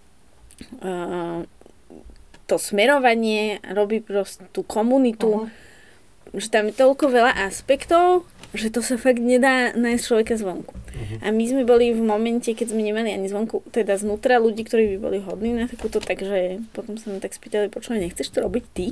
uh, to smerovanie, robí proste tú komunitu, uh-huh. že tam je toľko veľa aspektov, že to sa fakt nedá nájsť človeka zvonku. Uh-huh. A my sme boli v momente, keď sme nemali ani zvonku, teda znútra ľudí, ktorí by boli hodní na takúto, takže potom sa mi tak spýtali, počúvaj, nechceš to robiť ty?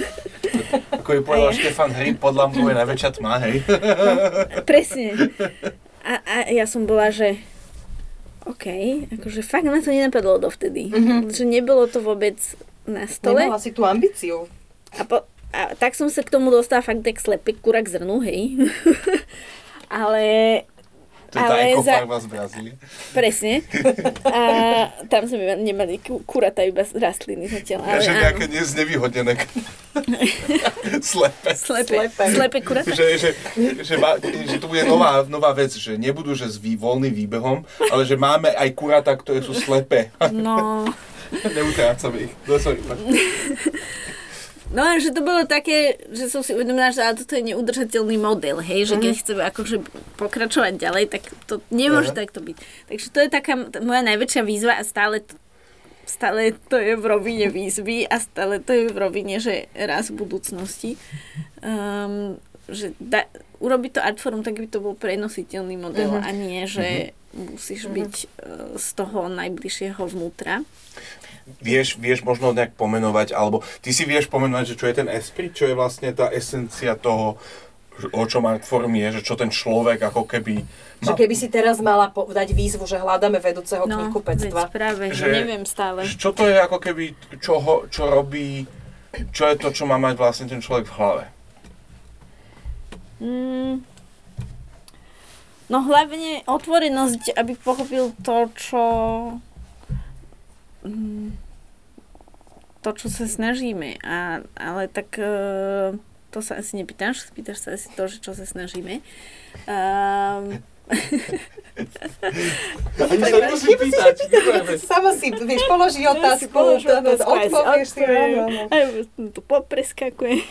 Ako je povedal Štefan, hej, pod lampou je najväčšia tma, hej. No, presne. A, a ja som bola, že OK, akože fakt na to nenapadlo dovtedy. Uh-huh. Že nebolo to vôbec na stole. Nemala si tú ambíciu. A po, A tak som sa k tomu dostala fakt tak slepý kura k zrnu, hej. ale... To je tá ekofarma z Brazílie. Presne. A tam sme nemali kurata, iba rastliny zatiaľ. Ale že nejaké neznevýhodnené. Slepe. Slepe. Slepe kurata. Že, že, že, má, že to bude nová, nová vec, že nebudú že s vý, voľným výbehom, ale že máme aj kurata, ktoré sú slepé. No. Neutrácame ich. No, sorry. No, že to bolo také, že som si uvedomila, že toto je neudržateľný model, hej, že keď chceme akože pokračovať ďalej, tak to nemôže uh-huh. takto byť. Takže to je taká moja najväčšia výzva a stále to, stále to je v rovine výzvy a stále to je v rovine, že raz v budúcnosti. Um, že da, urobiť to Artforum, tak by to bol prenositeľný model uh-huh. a nie, že uh-huh. musíš byť uh, z toho najbližšieho vnútra. Vieš, vieš možno nejak pomenovať, alebo ty si vieš pomenovať, že čo je ten esprit, čo je vlastne tá esencia toho, o čom Artforum je, že čo ten človek ako keby... Že keby si teraz mala dať výzvu, že hľadáme vedúceho no, knihkupectva. No, práve, že, že neviem stále. Čo to je ako keby, čo, ho, čo robí, čo je to, čo má mať vlastne ten človek v hlave? Mm. No hlavne otvorenosť, aby pochopil to, čo... to, čo sa snažíme. A, ale tak uh, to sa asi nepýtaš, spýtaš sa asi to, že čo sa snažíme. Um, Ani sa nemusím pýtať. Sama si, vieš, položí otázku, odpovieš si. A to popreskakuje.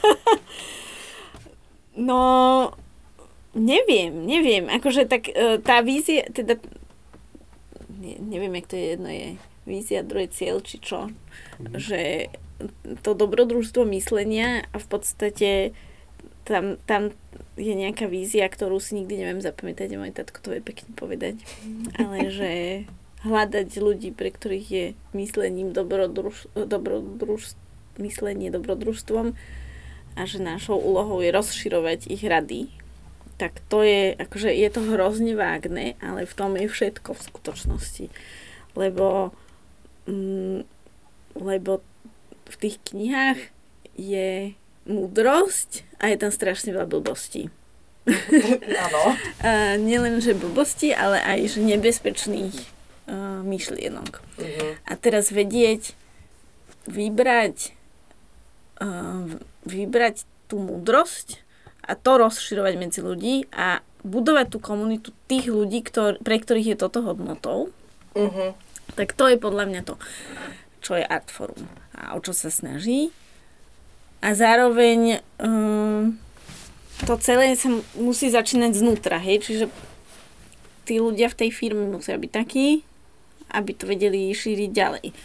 No, neviem, neviem. Akože tak uh, tá vízia, teda ne, neviem, jak to je jedno je vízia, druhý cieľ, či čo. Mm. Že to dobrodružstvo myslenia a v podstate tam, tam je nejaká vízia, ktorú si nikdy neviem zapamätať, a môj tatko to vie pekne povedať. Ale že hľadať ľudí, pre ktorých je myslením dobrodruž, dobrodruž, myslenie dobrodružstvom a že našou úlohou je rozširovať ich rady, tak to je, akože je to hrozne vágne, ale v tom je všetko v skutočnosti. Lebo mm, lebo v tých knihách je múdrosť a je tam strašne veľa blbostí. Áno. Nielen, že blbosti, ale aj že nebezpečných uh, myšlienok. Uh-huh. A teraz vedieť vybrať uh, vybrať tú múdrosť a to rozširovať medzi ľudí a budovať tú komunitu tých ľudí, ktor- pre ktorých je toto hodnotou. Uh-huh. Tak to je podľa mňa to, čo je Artforum a o čo sa snaží. A zároveň um, to celé sa musí začínať znútra, hej, čiže tí ľudia v tej firme musia byť takí, aby to vedeli šíriť ďalej.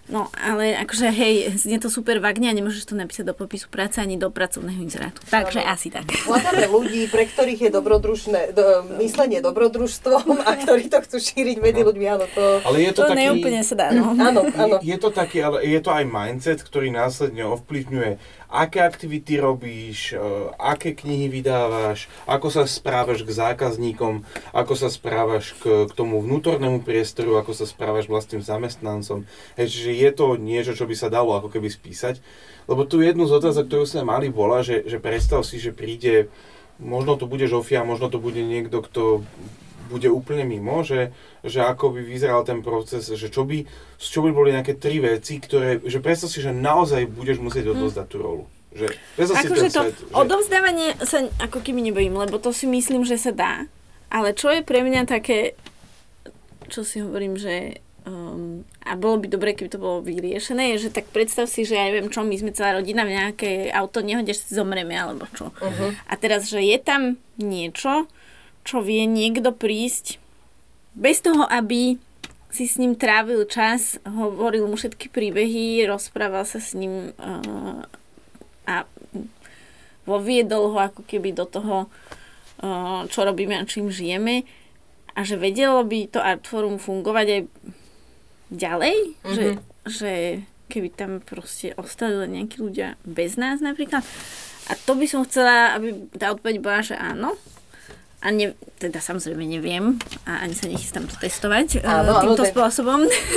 No, ale akože hej, znie to super vágne a nemôžeš to napísať do popisu práce ani do pracovného inzerátu. Takže asi tak. Hľadáme ľudí, pre ktorých je dobrodružné, do, myslenie dobrodružstvom a ktorí to chcú šíriť medzi ľuďmi, áno, to... Ale je to, to taký... neúplne sa dá, no. Áno, áno. Je, je to taký, ale je to aj mindset, ktorý následne ovplyvňuje, aké aktivity robíš, aké knihy vydávaš, ako sa správaš k zákazníkom, ako sa správaš k, k tomu vnútornému priestoru, ako sa správaš vlastným zamestnancom. Hej, čiže je to niečo, čo by sa dalo ako keby spísať. Lebo tu jednu z otázok, ktorú sme mali, bola, že, že predstav si, že príde, možno to bude Žofia, možno to bude niekto, kto bude úplne mimo, že, že ako by vyzeral ten proces, že čo by, čo by boli nejaké tri veci, ktoré, že predstav si, že naozaj budeš musieť odovzdať tú rolu. Že, predstav si akože ten to svet, že... odovzdávanie sa ako keby nebojím, lebo to si myslím, že sa dá. Ale čo je pre mňa také, čo si hovorím, že Um, a bolo by dobre, keby to bolo vyriešené, že tak predstav si, že ja neviem čo, my sme celá rodina v nejakej auto nehode, že si zomreme, alebo čo. Uh-huh. A teraz, že je tam niečo, čo vie niekto prísť bez toho, aby si s ním trávil čas, hovoril mu všetky príbehy, rozprával sa s ním uh, a voviedol ho ako keby do toho, uh, čo robíme a čím žijeme, a že vedelo by to Artforum fungovať aj ďalej, mm-hmm. že, že keby tam proste ostali len nejakí ľudia bez nás napríklad. A to by som chcela, aby tá odpoveď bola, že áno. A ne, teda samozrejme neviem a ani sa nechystám to testovať áno, uh, týmto áno, spôsobom.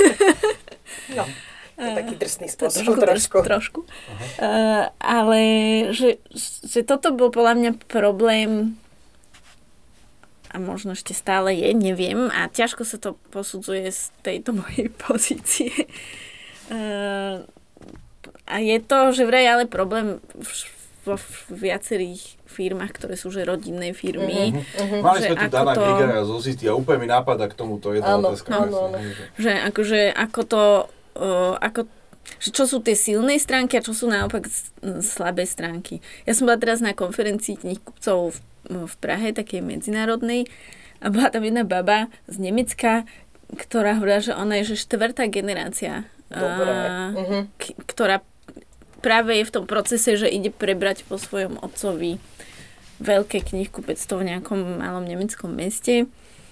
No, to je taký drsný spôsob. Trošku. trošku. trošku. Uh, ale že, že toto bol podľa mňa problém a možno ešte stále je, neviem. A ťažko sa to posudzuje z tejto mojej pozície. Uh, a je to, že vraj ale problém vo viacerých firmách, ktoré sú že rodinné firmy. Uh-huh. Mali sme tu Dana to... Grigara zo Zity a úplne mi nápada k tomuto jedna áno, otázka. Áno, áno. Že akože ako to... Uh, ako že čo sú tie silné stránky a čo sú naopak slabé stránky. Ja som bola teraz na konferencii knihkupcov v v Prahe, takej medzinárodnej, a bola tam jedna baba z Nemecka, ktorá hovorila, že ona je že štvrtá generácia, a, uh-huh. k- ktorá práve je v tom procese, že ide prebrať po svojom otcovi veľké knihkupectvo v nejakom malom nemeckom meste,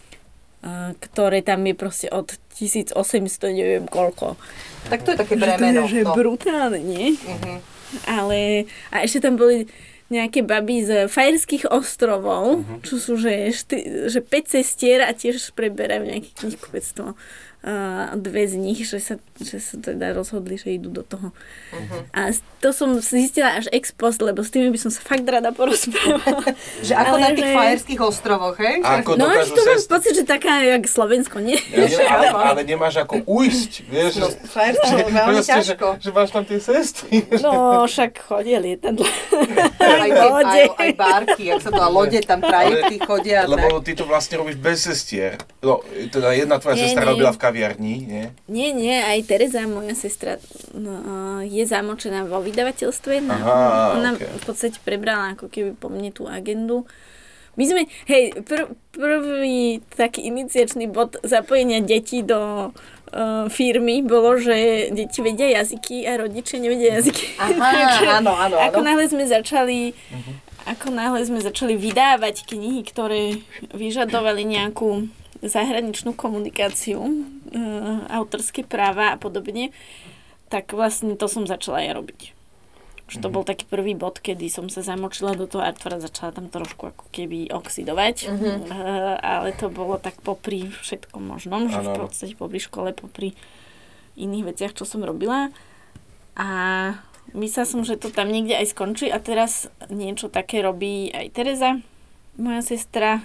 a, ktoré tam je proste od tisíc osemsto, neviem koľko. Tak to je také bremeno. Že to je no. brutálne, nie? Uh-huh. Ale, a ešte tam boli nejaké baby z Fajerských ostrovov, uh-huh. čo sú že, šty, že päť sestier a tiež preberajú nejaké knihkupectvo. Uh, dve z nich, že sa, že sa teda rozhodli, že idú do toho. Uh-huh. A to som zistila až ex post, lebo s tými by som sa fakt rada porozprávala. Že ako ale na tých že... Fajerských ostrovoch, hej? Ako no až to mám sest... pocit, že taká jak Slovensko, nie? Ja, ale, ale nemáš ako ujsť, vieš? No, Fajersko, veľmi ťažko. Že, že máš tam tie sestry. No, však chodia lietadla. Aj, aj, aj bárky, jak sa to, a lode, tam trajekty chodia. Lebo ty to vlastne robíš bez sestier. No, teda jedna tvoja nie, sestra nie. robila v kaviarni, nie? Nie, nie, aj Tereza, moja sestra, no, je zamočená vo vydavateľstve. No, Aha, ona okay. v podstate prebrala ako keby po mne tú agendu. My sme, hej, pr- prvý taký iniciačný bod zapojenia detí do uh, firmy bolo, že deti vedia jazyky a rodičia nevedia jazyky. Aha, áno, áno, áno. Ako náhle sme začali, uh-huh. ako náhle sme začali vydávať knihy, ktoré vyžadovali nejakú zahraničnú komunikáciu, uh, autorské práva a podobne, tak vlastne to som začala aj robiť. Už to bol taký prvý bod, kedy som sa zamočila do toho Artfora, začala tam trošku ako keby oxidovať, uh-huh. uh, ale to bolo tak popri všetkom možnom, že v podstate popri škole, popri iných veciach, čo som robila. A myslela som, že to tam niekde aj skončí a teraz niečo také robí aj Tereza, moja sestra.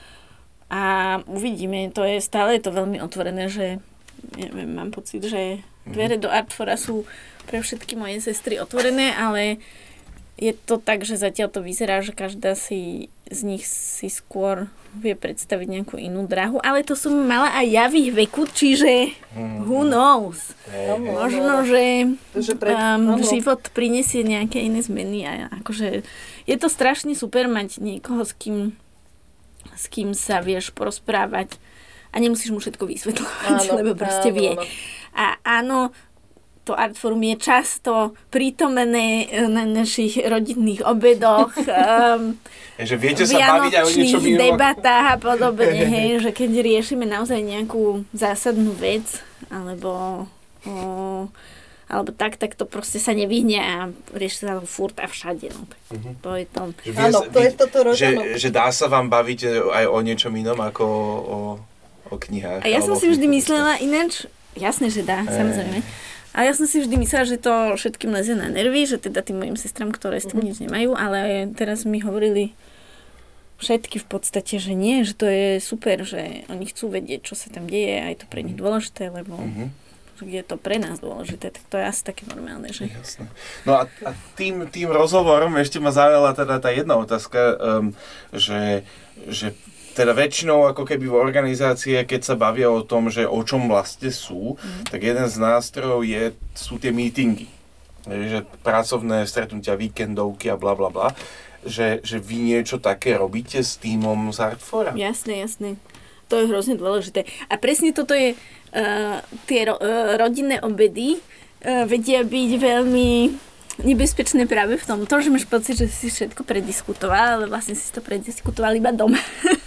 A uvidíme, to je stále je to veľmi otvorené, že neviem, mám pocit, že dvere do Artfora sú pre všetky moje sestry otvorené, ale je to tak, že zatiaľ to vyzerá, že každá si z nich si skôr vie predstaviť nejakú inú dráhu, ale to som mala aj ja v ich veku, čiže who knows. Hey, hey. Možno, že, že pred, um, život prinesie nejaké iné zmeny a akože je to strašne super mať niekoho, s kým s kým sa vieš porozprávať a nemusíš mu všetko vysvetľovať, áno, lebo proste áno, vie. Áno. A áno, to Artforum je často prítomné na našich rodinných obedoch, um, že viete sa baviť aj o niečom inom. Debatách a podobne, hej, že keď riešime naozaj nejakú zásadnú vec, alebo, o, alebo tak, tak to proste sa nevyhne a rieši sa to furt a všade. No. Uh-huh. To je to. Áno, to je toto že, že dá sa vám baviť aj o niečom inom ako o, o knihách. A ja som si vždy myslela ináč, jasne, že dá, e. samozrejme. A ja som si vždy myslela, že to všetkým lezie na nervy, že teda tým mojim sestram, ktoré s tým uh-huh. nič nemajú, ale teraz mi hovorili všetky v podstate, že nie, že to je super, že oni chcú vedieť, čo sa tam deje a je to pre nich dôležité, lebo uh-huh. je to pre nás dôležité, tak to je asi také normálne, že? Jasné. No a, a tým, tým rozhovorom ešte ma zaujala teda tá jedna otázka, um, že, že teda väčšinou ako keby v organizácie, keď sa bavia o tom, že o čom vlastne sú, mm. tak jeden z nástrojov je, sú tie meetingy. Že pracovné stretnutia, víkendovky a bla bla bla. Že, že vy niečo také robíte s tímom z Artfora? Jasné, jasné. To je hrozne dôležité. A presne toto je, uh, tie ro, uh, rodinné obedy uh, vedia byť veľmi nebezpečné práve v tomto, že máš pocit, že si všetko prediskutoval, ale vlastne si to prediskutoval iba doma.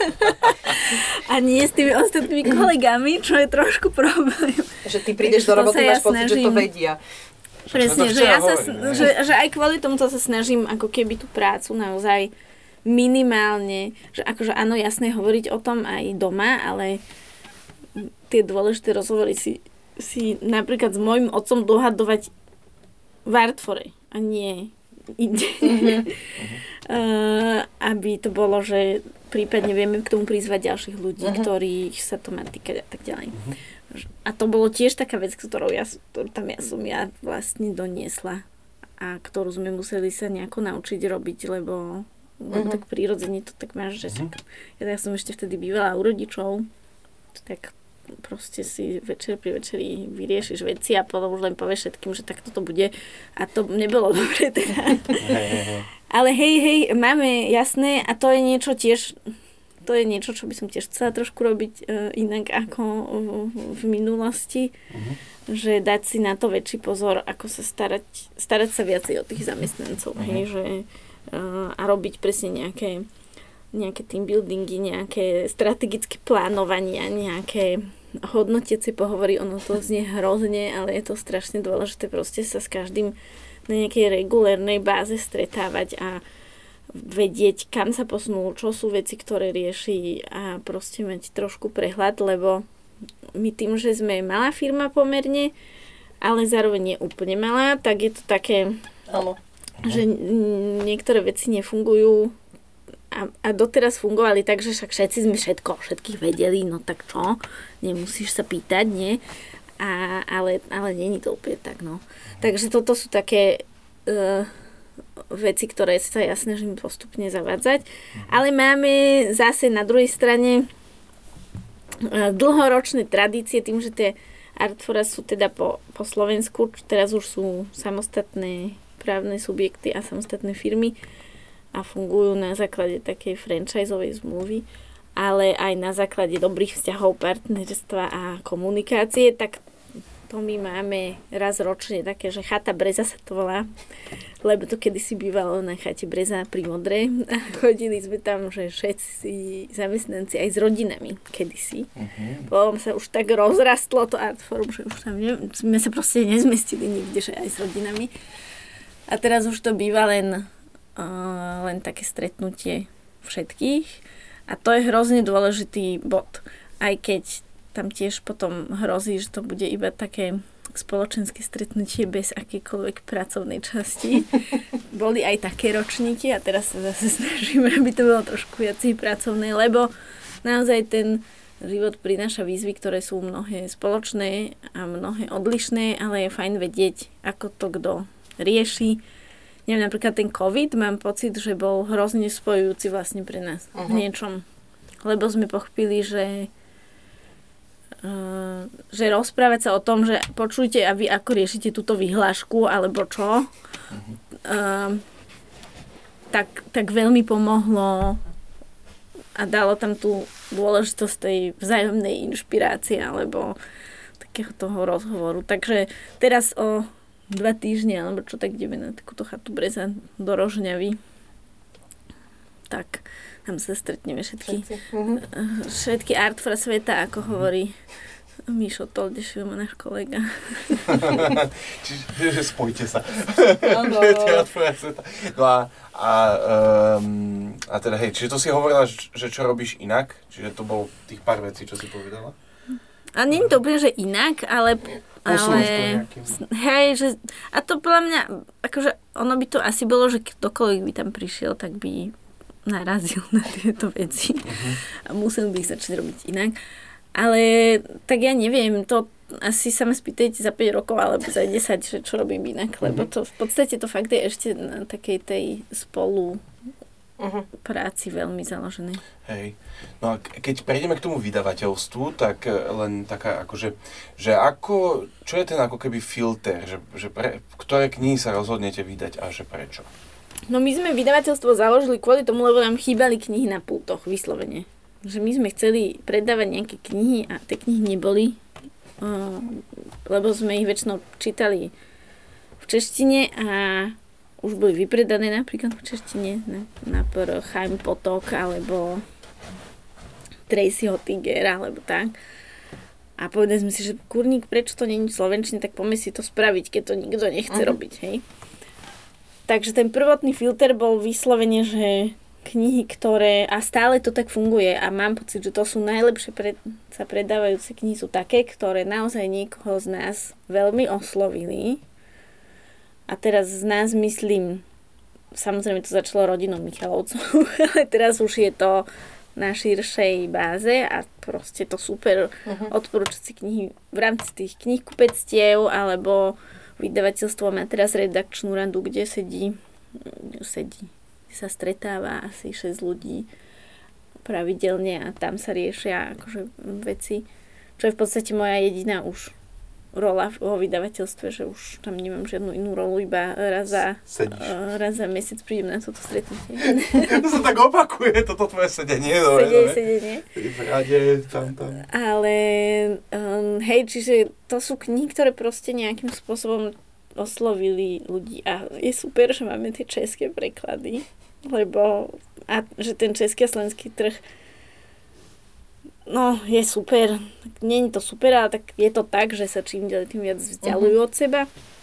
A nie s tými ostatnými kolegami, čo je trošku problém. Že ty prídeš do roboty, máš pocit, snažím, že to vedia. Presne, že ja sa, že, že aj kvôli tomu sa snažím ako keby tú prácu naozaj minimálne, že akože áno, jasné hovoriť o tom aj doma, ale tie dôležité rozhovory si, si napríklad s môjim otcom dohadovať v Artfore a nie inde. Mm-hmm. uh, aby to bolo, že prípadne vieme k tomu prizvať ďalších ľudí, uh-huh. ktorých sa to má týkať a tak ďalej. Uh-huh. A to bolo tiež taká vec, ktorou ja, ktorú tam ja som ja vlastne doniesla a ktorú sme museli sa nejako naučiť robiť, lebo, lebo uh-huh. tak prirodzene to tak máš, že uh-huh. ja, ja som ešte vtedy bývala u rodičov, tak proste si večer pri večeri vyriešiš veci a potom už len povieš všetkým, že takto to bude a to nebolo dobre teda. Ale hej, hej, máme jasné a to je niečo tiež, to je niečo, čo by som tiež chcela trošku robiť uh, inak ako v, v minulosti, uh-huh. že dať si na to väčší pozor, ako sa starať, starať sa viacej o tých zamestnancov, uh-huh. hej, že uh, a robiť presne nejaké nejaké team buildingy, nejaké strategické plánovania, nejaké hodnotiacie pohovory, ono to znie hrozne, ale je to strašne dôležité proste sa s každým na nejakej regulérnej báze stretávať a vedieť, kam sa posunú, čo sú veci, ktoré rieši a proste mať trošku prehľad, lebo my tým, že sme malá firma pomerne, ale zároveň nie úplne malá, tak je to také, Áno. že niektoré veci nefungujú A, a doteraz fungovali tak, že však všetci sme všetko, všetkých vedeli, no tak čo, nemusíš sa pýtať, nie? A, ale, ale nie je to úplne tak, no. Takže toto sú také uh, veci, ktoré sa ja snažím postupne zavádzať. Ale máme zase na druhej strane uh, dlhoročné tradície, tým, že tie Artfora sú teda po, po Slovensku, teraz už sú samostatné právne subjekty a samostatné firmy, a fungujú na základe takej franchiseovej zmluvy, ale aj na základe dobrých vzťahov, partnerstva a komunikácie, tak to my máme raz ročne také, že chata Breza sa to volá, lebo to kedysi bývalo na chate Breza pri Modre a chodili sme tam, že všetci zamestnanci aj s rodinami kedysi. Uh-huh. Potom sa už tak rozrastlo to Artforum, že už tam ne, sme sa proste nezmestili nikde, že aj s rodinami. A teraz už to býva len Uh, len také stretnutie všetkých a to je hrozne dôležitý bod. Aj keď tam tiež potom hrozí, že to bude iba také spoločenské stretnutie bez akýkoľvek pracovnej časti. Boli aj také ročníky a teraz sa zase snažíme, aby to bolo trošku viacej pracovné, lebo naozaj ten život prináša výzvy, ktoré sú mnohé spoločné a mnohé odlišné, ale je fajn vedieť, ako to kto rieši. Neviem, napríklad ten COVID, mám pocit, že bol hrozne spojujúci vlastne pre nás uh-huh. v niečom. Lebo sme pochopili, že, uh, že rozprávať sa o tom, že počujte a vy ako riešite túto vyhlášku, alebo čo, uh-huh. uh, tak, tak veľmi pomohlo a dalo tam tú dôležitosť tej vzájomnej inšpirácie, alebo takého toho rozhovoru. Takže teraz o dva týždne, alebo čo tak ideme na takúto chatu Breza do Rožňavy. Tak tam sa stretneme všetky, všetky, všetky artfra sveta, ako hovorí Mišo Toldeš, náš kolega. Čiže spojte sa. Áno. No a, a, um, a teda hej, čiže to si hovorila, že čo robíš inak? Čiže to bolo tých pár vecí, čo si povedala? A nie je to úplne, že inak, ale... ale hej, že... A to podľa mňa, akože ono by to asi bolo, že ktokoľvek by tam prišiel, tak by narazil na tieto veci. Uh-huh. A musel by ich začať robiť inak. Ale tak ja neviem, to asi sa ma spýtajte za päť rokov alebo za desať, že čo robím inak, lebo to v podstate to fakt je ešte na takej tej spolu uh-huh. práci veľmi založené. Hej, no a keď prejdeme k tomu vydavateľstvu, tak len taká akože, že ako, čo je ten ako keby filter, že, že pre, ktoré knihy sa rozhodnete vydať a že prečo? No my sme vydavateľstvo založili kvôli tomu, lebo nám chýbali knihy na pultoch, vyslovene. Že my sme chceli predávať nejaké knihy a tie knihy neboli, uh, lebo sme ich väčšinou čítali v češtine a už boli vypredané napríklad v češtine na, na Chaim Potok alebo Tracyho Tigera alebo tak. A povedali sme si, že kurník, prečo to nie je v slovenčine, tak poďme si to spraviť, keď to nikto nechce uh-huh. robiť, hej. Takže ten prvotný filter bol vyslovene, že knihy, ktoré, a stále to tak funguje a mám pocit, že to sú najlepšie pred, sa predávajúce knihy, sú také, ktoré naozaj niekoho z nás veľmi oslovili. A teraz z nás myslím, samozrejme to začalo rodinou Michalovcov, ale teraz už je to na širšej báze a proste to super uh-huh. odporúčať si knihy v rámci tých knihkupectiev alebo vydavateľstvo má teraz redakčnú radu, kde sedí, sedí sa stretáva asi šesť ľudí pravidelne a tam sa riešia akože veci, čo je v podstate moja jediná už rola vo vydavateľstve, že už tam nemám žiadnu inú rolu, iba raz za, uh, raz za mesiac prídem na toto stretnutie. To sa tak opakuje, toto tvoje sedenie. Sedenie, sedenie. V rade, tam, tam. Ale um, hej, čiže to sú knihy, ktoré proste nejakým spôsobom oslovili ľudí a je super, že máme tie české preklady, lebo a že ten český a slovenský trh no, je super. Nie je to super, ale tak je to tak, že sa čím ďalej tým viac vzdialujú uh-huh. od seba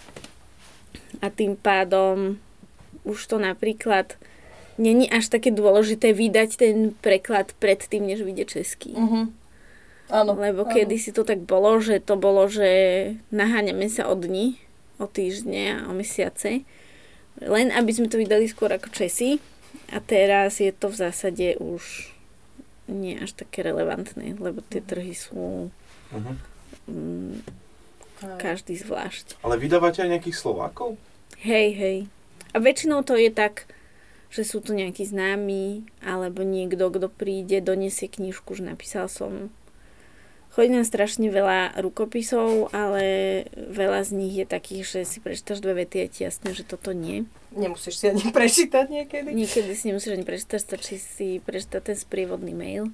a tým pádom už to napríklad není až také dôležité vydať ten preklad predtým, než vyjde český. Uh-huh. Áno. Lebo áno. kedysi to tak bolo, že to bolo, že naháňame sa o dni, o týždne a o mesiace, len aby sme to vydali skôr ako Česi a teraz je to v zásade už nie až také relevantné, lebo tie trhy sú uh-huh. mm, každý zvlášť. Ale vydávate aj nejakých Slovákov? Hej, hej. A väčšinou to je tak, že sú to nejakí známi, alebo niekto, kto príde, donesie knižku, že napísal som. Chodí nám strašne veľa rukopisov, ale veľa z nich je takých, že si prečítaš dve vety a je ti jasné, že toto nie. Nemusíš si ani prečítať niekedy. Niekedy si nemusíš ani prečítať, stačí si prečítať ten sprievodný mail.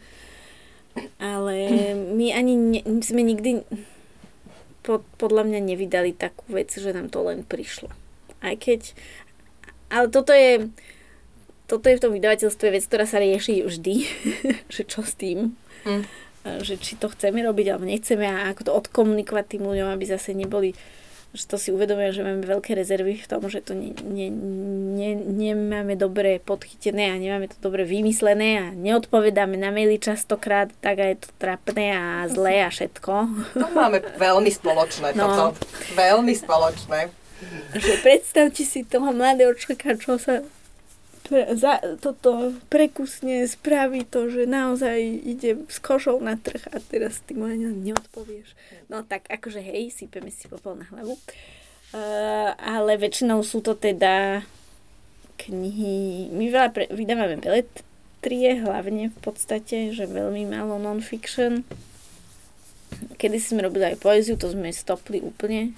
Ale my ani ne, sme nikdy pod, podľa mňa nevydali takú vec, že nám to len prišlo. Aj keď... Ale toto je... Toto je v tom vydavateľstve vec, ktorá sa rieši vždy. Že čo s tým. Mm. Že či to chceme robiť, alebo nechceme a ako to odkomunikovať tým ľuďom, aby zase neboli, že to si uvedomia, že máme veľké rezervy v tom, že to ne, ne, ne, nemáme dobre podchytené a nemáme to dobre vymyslené a neodpovedáme na maily častokrát, tak aj je to trápne a zlé a všetko. To máme veľmi spoločné no. toto. Veľmi spoločné. Že predstavte si toho mladého človeka, čo sa za toto prekusne spraví to, že naozaj ide s košou na trh a teraz ty mu ani neodpovieš. No tak akože hej, sypeme si popol na hlavu. Uh, ale väčšinou sú to teda knihy, my veľa pre, vydávame beletrie hlavne v podstate, že veľmi málo non-fiction. Kedy sme robili aj poéziu, to sme stopli úplne.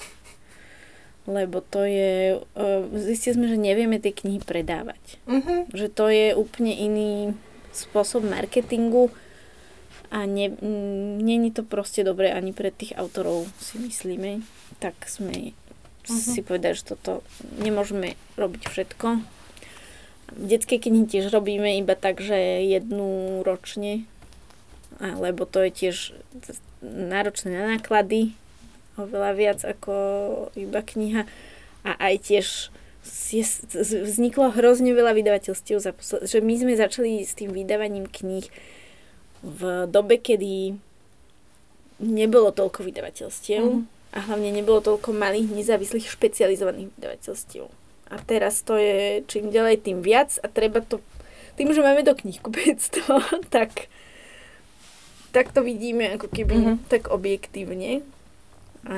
Lebo to je, zistili sme, že nevieme tie knihy predávať. Uh-huh. Že to je úplne iný spôsob marketingu a nie, nie je to proste dobré ani pre tých autorov, si myslíme. Tak sme uh-huh. si povedali, že toto nemôžeme robiť všetko. Detské knihy tiež robíme iba tak, že jednu ročne, lebo to je tiež náročné na náklady, oveľa viac ako iba kniha. A aj tiež je, vzniklo hrozne veľa vydavateľstiev, za posled, že my sme začali s tým vydávaním kníh v dobe, kedy nebolo toľko vydavateľstiev mm. a hlavne nebolo toľko malých, nezávislých, špecializovaných vydavateľstiev. A teraz to je čím ďalej, tým viac a treba to, tým, že máme do knihkupectva, tak, tak to vidíme ako keby mm-hmm. tak objektívne. A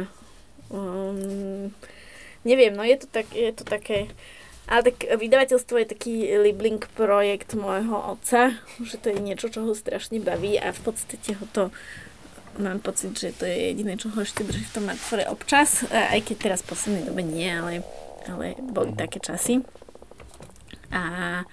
um, neviem, no je to, tak, je to také. Ale tak vydavateľstvo je taký libling projekt môjho otca, že to je niečo, čo ho strašne baví a v podstate ho to, mám pocit, že to je jediné, čo ho ešte drží v tom Martfore občas, aj keď teraz v poslednej dobe nie, ale, ale boli také časy. A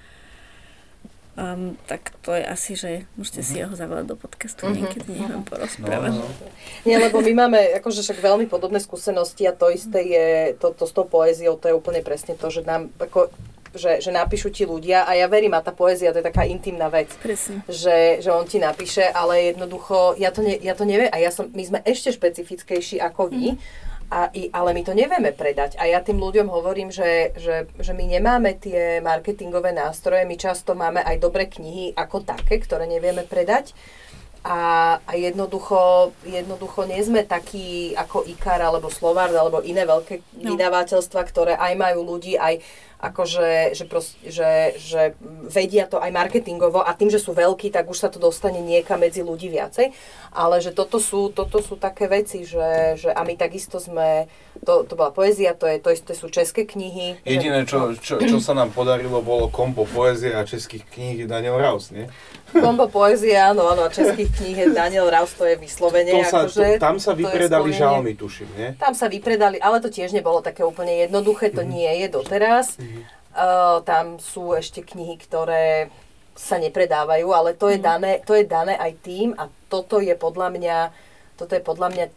Um, tak to je asi, že môžete si ho zavolať do podcastu uh-huh. niekedy, nech vám porozprávať. No, no. Nie, lebo my máme akože však veľmi podobné skúsenosti a to isté je, to, to s tou poéziou, to je úplne presne to, že nám ako, že, že napíšu ti ľudia a ja verím, a tá poézia to je taká intimná vec, že, že on ti napíše, ale jednoducho, ja to, ne, ja to neviem a ja som, my sme ešte špecifickejší ako vy, uh-huh. A, ale my to nevieme predať. A ja tým ľuďom hovorím, že, že, že my nemáme tie marketingové nástroje, my často máme aj dobré knihy ako také, ktoré nevieme predať. A, a jednoducho, jednoducho nie sme takí ako Ikar alebo Slovard alebo iné veľké no. vydavateľstva, ktoré aj majú ľudí, aj akože, že, prost, že, že vedia to aj marketingovo a tým, že sú veľkí, tak už sa to dostane niekam medzi ľudí viacej. Ale že toto sú, toto sú také veci, že, že a my takisto sme, to, to bola poézia, to, je, to isté sú české knihy. Jediné, čo, čo, čo sa nám podarilo, bolo kombo poézie a českých kníh Daniel Raus, nie? Kombo poézie, áno, áno, a českých kníh je Daniel Raus, to je vyslovene. To sa, akože, to, tam sa vypredali žalmy, tuším, nie? Tam sa vypredali, ale to tiež nebolo také úplne jednoduché, to mm-hmm. nie je doteraz. Mm-hmm. Uh, tam sú ešte knihy, ktoré sa nepredávajú, ale to je, mm-hmm. dané, to je dané aj tým a toto je podľa mňa, toto je podľa mňa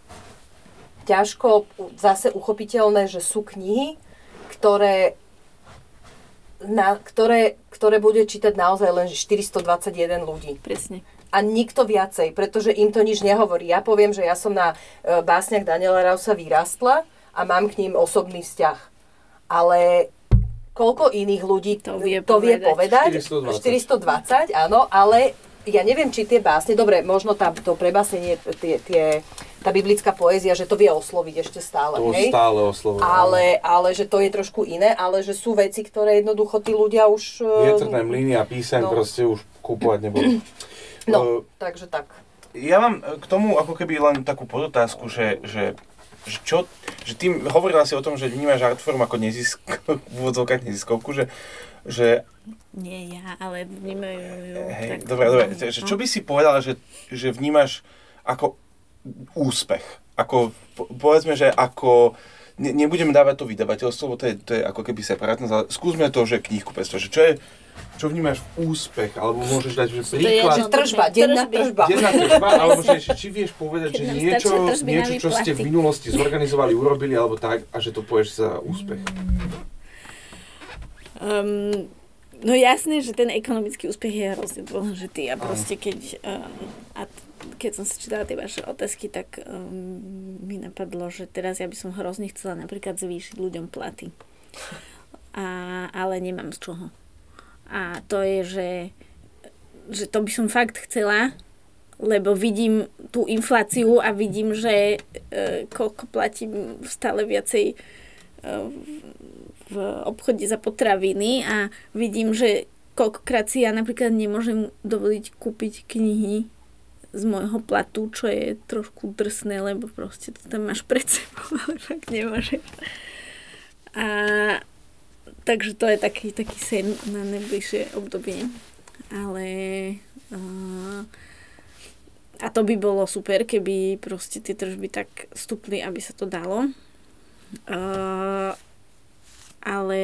ťažko zase uchopiteľné, že sú knihy, ktoré Na, ktoré, ktoré bude čítať naozaj len štyristodvadsaťjeden ľudí. Presne. A nikto viacej, pretože im to nič nehovorí. Ja poviem, že ja som na e, básniach Daniela Rausa vyrastla a mám k ním osobný vzťah. Ale koľko iných ľudí to vie to povedať? Vie povedať? štyristodvadsať. štyristodvadsať, áno, ale ja neviem, či tie básne, dobre, možno tá, to prebásnenie, tie, tie, tá biblická poézia, že to vie osloviť ešte stále, to hej? stále oslovuje. Ale, ale že to je trošku iné, ale že sú veci, ktoré jednoducho tí ľudia už... Vietrné mlyny a písaň no. proste už kúpovať nebudú. No, uh, takže tak. Ja mám k tomu ako keby len takú podotázku, že, že, že čo... Že ty hovorila si o tom, že vnímaš Artforum ako nezisk, v úvodzovkách neziskovku, že... že nie ja, ale vnímajú ju hej, tak. Dobre, dobre. Že, čo by si povedala, že, že vnímaš ako úspech? Ako, po, povedzme, že ako... Ne, nebudeme dávať to vydavateľstvo, lebo to je, to je ako keby separátne, ale skúsme to, že knihkupectvo. Že čo je... Čo vnímaš v úspech? Alebo môžeš dať, že príklad... Že tržba, denná tržba. Denná tržba, alebo že, či vieš povedať, že niečo, niečo, čo ste v minulosti zorganizovali, urobili, alebo tak, a že to povieš za úspech. Um, no jasné, že ten ekonomický úspech je hrozne dôležitý a proste keď, um, a keď som si čítala tie vaše otázky, tak um, mi napadlo, že teraz ja by som hrozne chcela napríklad zvýšiť ľuďom platy. A, ale nemám z čoho. A to je, že, že to by som fakt chcela, lebo vidím tú infláciu a vidím, že e, koľko platím stále viacej e, v obchode za potraviny a vidím, že koľkokrát si ja napríklad nemôžem dovoliť kúpiť knihy z môjho platu, čo je trošku drsné, lebo proste to tam máš pred sebou, ale fakt nemôžeš. A takže to je taký, taký sen na najbližšie obdobie. Ale uh, a to by bolo super, keby proste tie tržby tak stúpli, aby sa to dalo. Uh, ale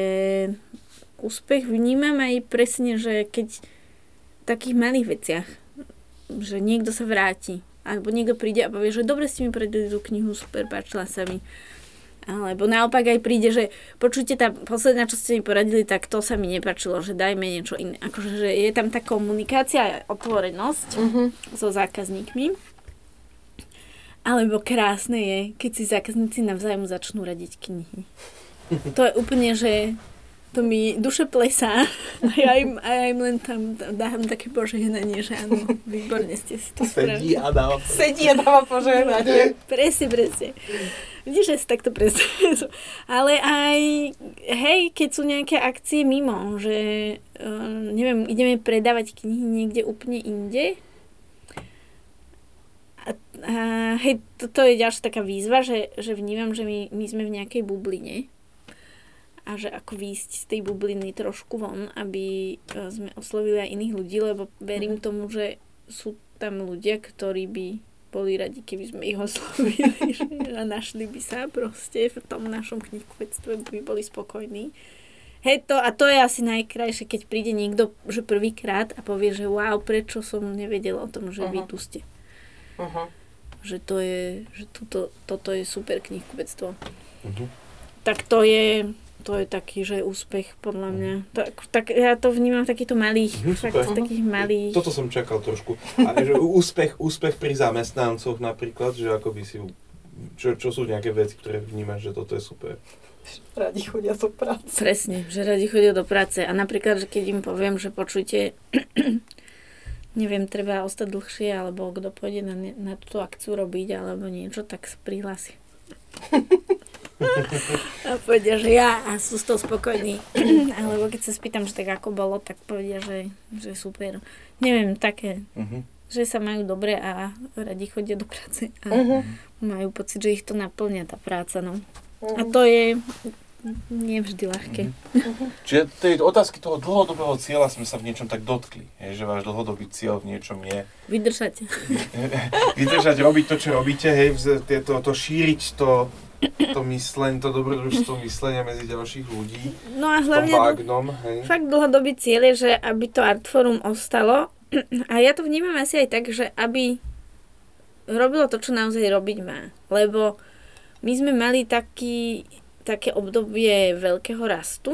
úspech vnímam aj presne, že keď v takých malých veciach, že niekto sa vráti. Alebo niekto príde a povie, že dobre ste mi predali tú knihu, super, páčila sa mi. Alebo naopak aj príde, že počujte, tá posledná, čo ste mi poradili, tak to sa mi nepáčilo, že dajme niečo iné. Akože že je tam tá komunikácia a otvorenosť uh-huh. so zákazníkmi. Alebo krásne je, keď si zákazníci navzájom začnú radiť knihy. To je úplne, že to mi duše plesá a ja im, a ja im len tam dávam také požehnanie, že áno, výborne ste si to Sedí a dáva Sedí a dáva požehnanie. Presne, presne. Vidíš, že si takto presne. Ale aj, hej, keď sú nejaké akcie mimo, že uh, neviem, ideme predávať knihy niekde úplne inde. A, a hej, toto je ďalšia taká výzva, že, že vnímam, že my, my sme v nejakej bubline. A že ako výjsť z tej bubliny trošku von, aby sme oslovili aj iných ľudí, lebo verím tomu, že sú tam ľudia, ktorí by boli radi, keby sme ich oslovili a našli by sa proste v tom našom knihkupectve, by boli spokojní. Hej, to, a to je asi najkrajšie, keď príde niekto, že prvýkrát a povie, že wow, prečo som nevedela o tom, že uh-huh. vy tu ste. Uh-huh. Že to je, že tuto, toto je super knihkupectvo. Uh-huh. Tak to je... To je taký, že úspech, podľa mňa. Tak, tak ja to vnímam v takýchto malých, mm, fakt takých malých... Toto som čakal trošku. A že úspech, úspech pri zamestnancoch napríklad, že ako by si... Čo, čo sú nejaké veci, ktoré vnímaš, že toto je super? Radi chodia do práce. Presne, že radi chodia do práce. A napríklad, že keď im poviem, že počujte, neviem, treba ostať dlhšie, alebo kto pôjde na, na túto akciu robiť, alebo niečo, tak sa prihlási. A povedia, že ja a sú s toho spokojní. Alebo keď sa spýtam, že tak ako bolo, tak povedia, že, že super. Neviem, také, uh-huh. že sa majú dobre a radi chodia do práce a uh-huh. majú pocit, že ich to naplňa tá práca. No. Uh-huh. A to je nie vždy ľahké. Uh-huh. Čiže tej otázky toho dlhodobého cieľa sme sa v niečom tak dotkli. Je, že váš dlhodobý cieľ v niečom je... Vydržať. Vydržať, robiť to, čo robíte, hej, to, to šíriť to... to myslenie, to dobrodružstvo myslenia medzi ďalších ľudí. No a hlavne vágnom, hej. Fakt dlhodobý cieľ je, že aby to Artforum ostalo a ja to vnímam asi aj tak, že aby robilo to, čo naozaj robiť má. Lebo my sme mali taký, také obdobie veľkého rastu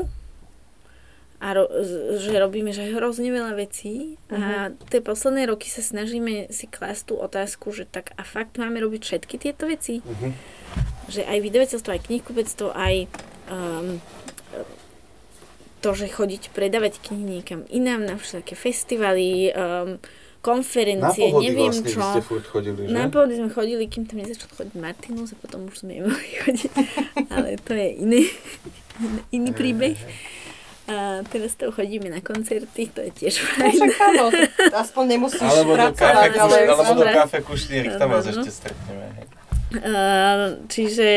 a ro, že robíme že hrozne veľa vecí uh-huh. a tie posledné roky sa snažíme si klásť tú otázku, že tak a fakt máme robiť všetky tieto veci. Uh-huh. Že aj vydavateľstvo, aj knihkupectvo, aj um, to, že chodiť predávať knihy niekam inám, na všetké festivaly, um, konferencie, na neviem vlastne čo. Ste furt chodili, že? Na pohody sme chodili, kým tam nezačal chodiť Martinus a potom už sme nemohli chodiť. Ale to je iný, iný príbeh. A teraz to chodíme na koncerty, to je tiež fajn. No, áno, aspoň nemusíš alebo pracovať, do ale... Alebo do kafe Kušnírik, tam vás ešte stretneme. Uh, čiže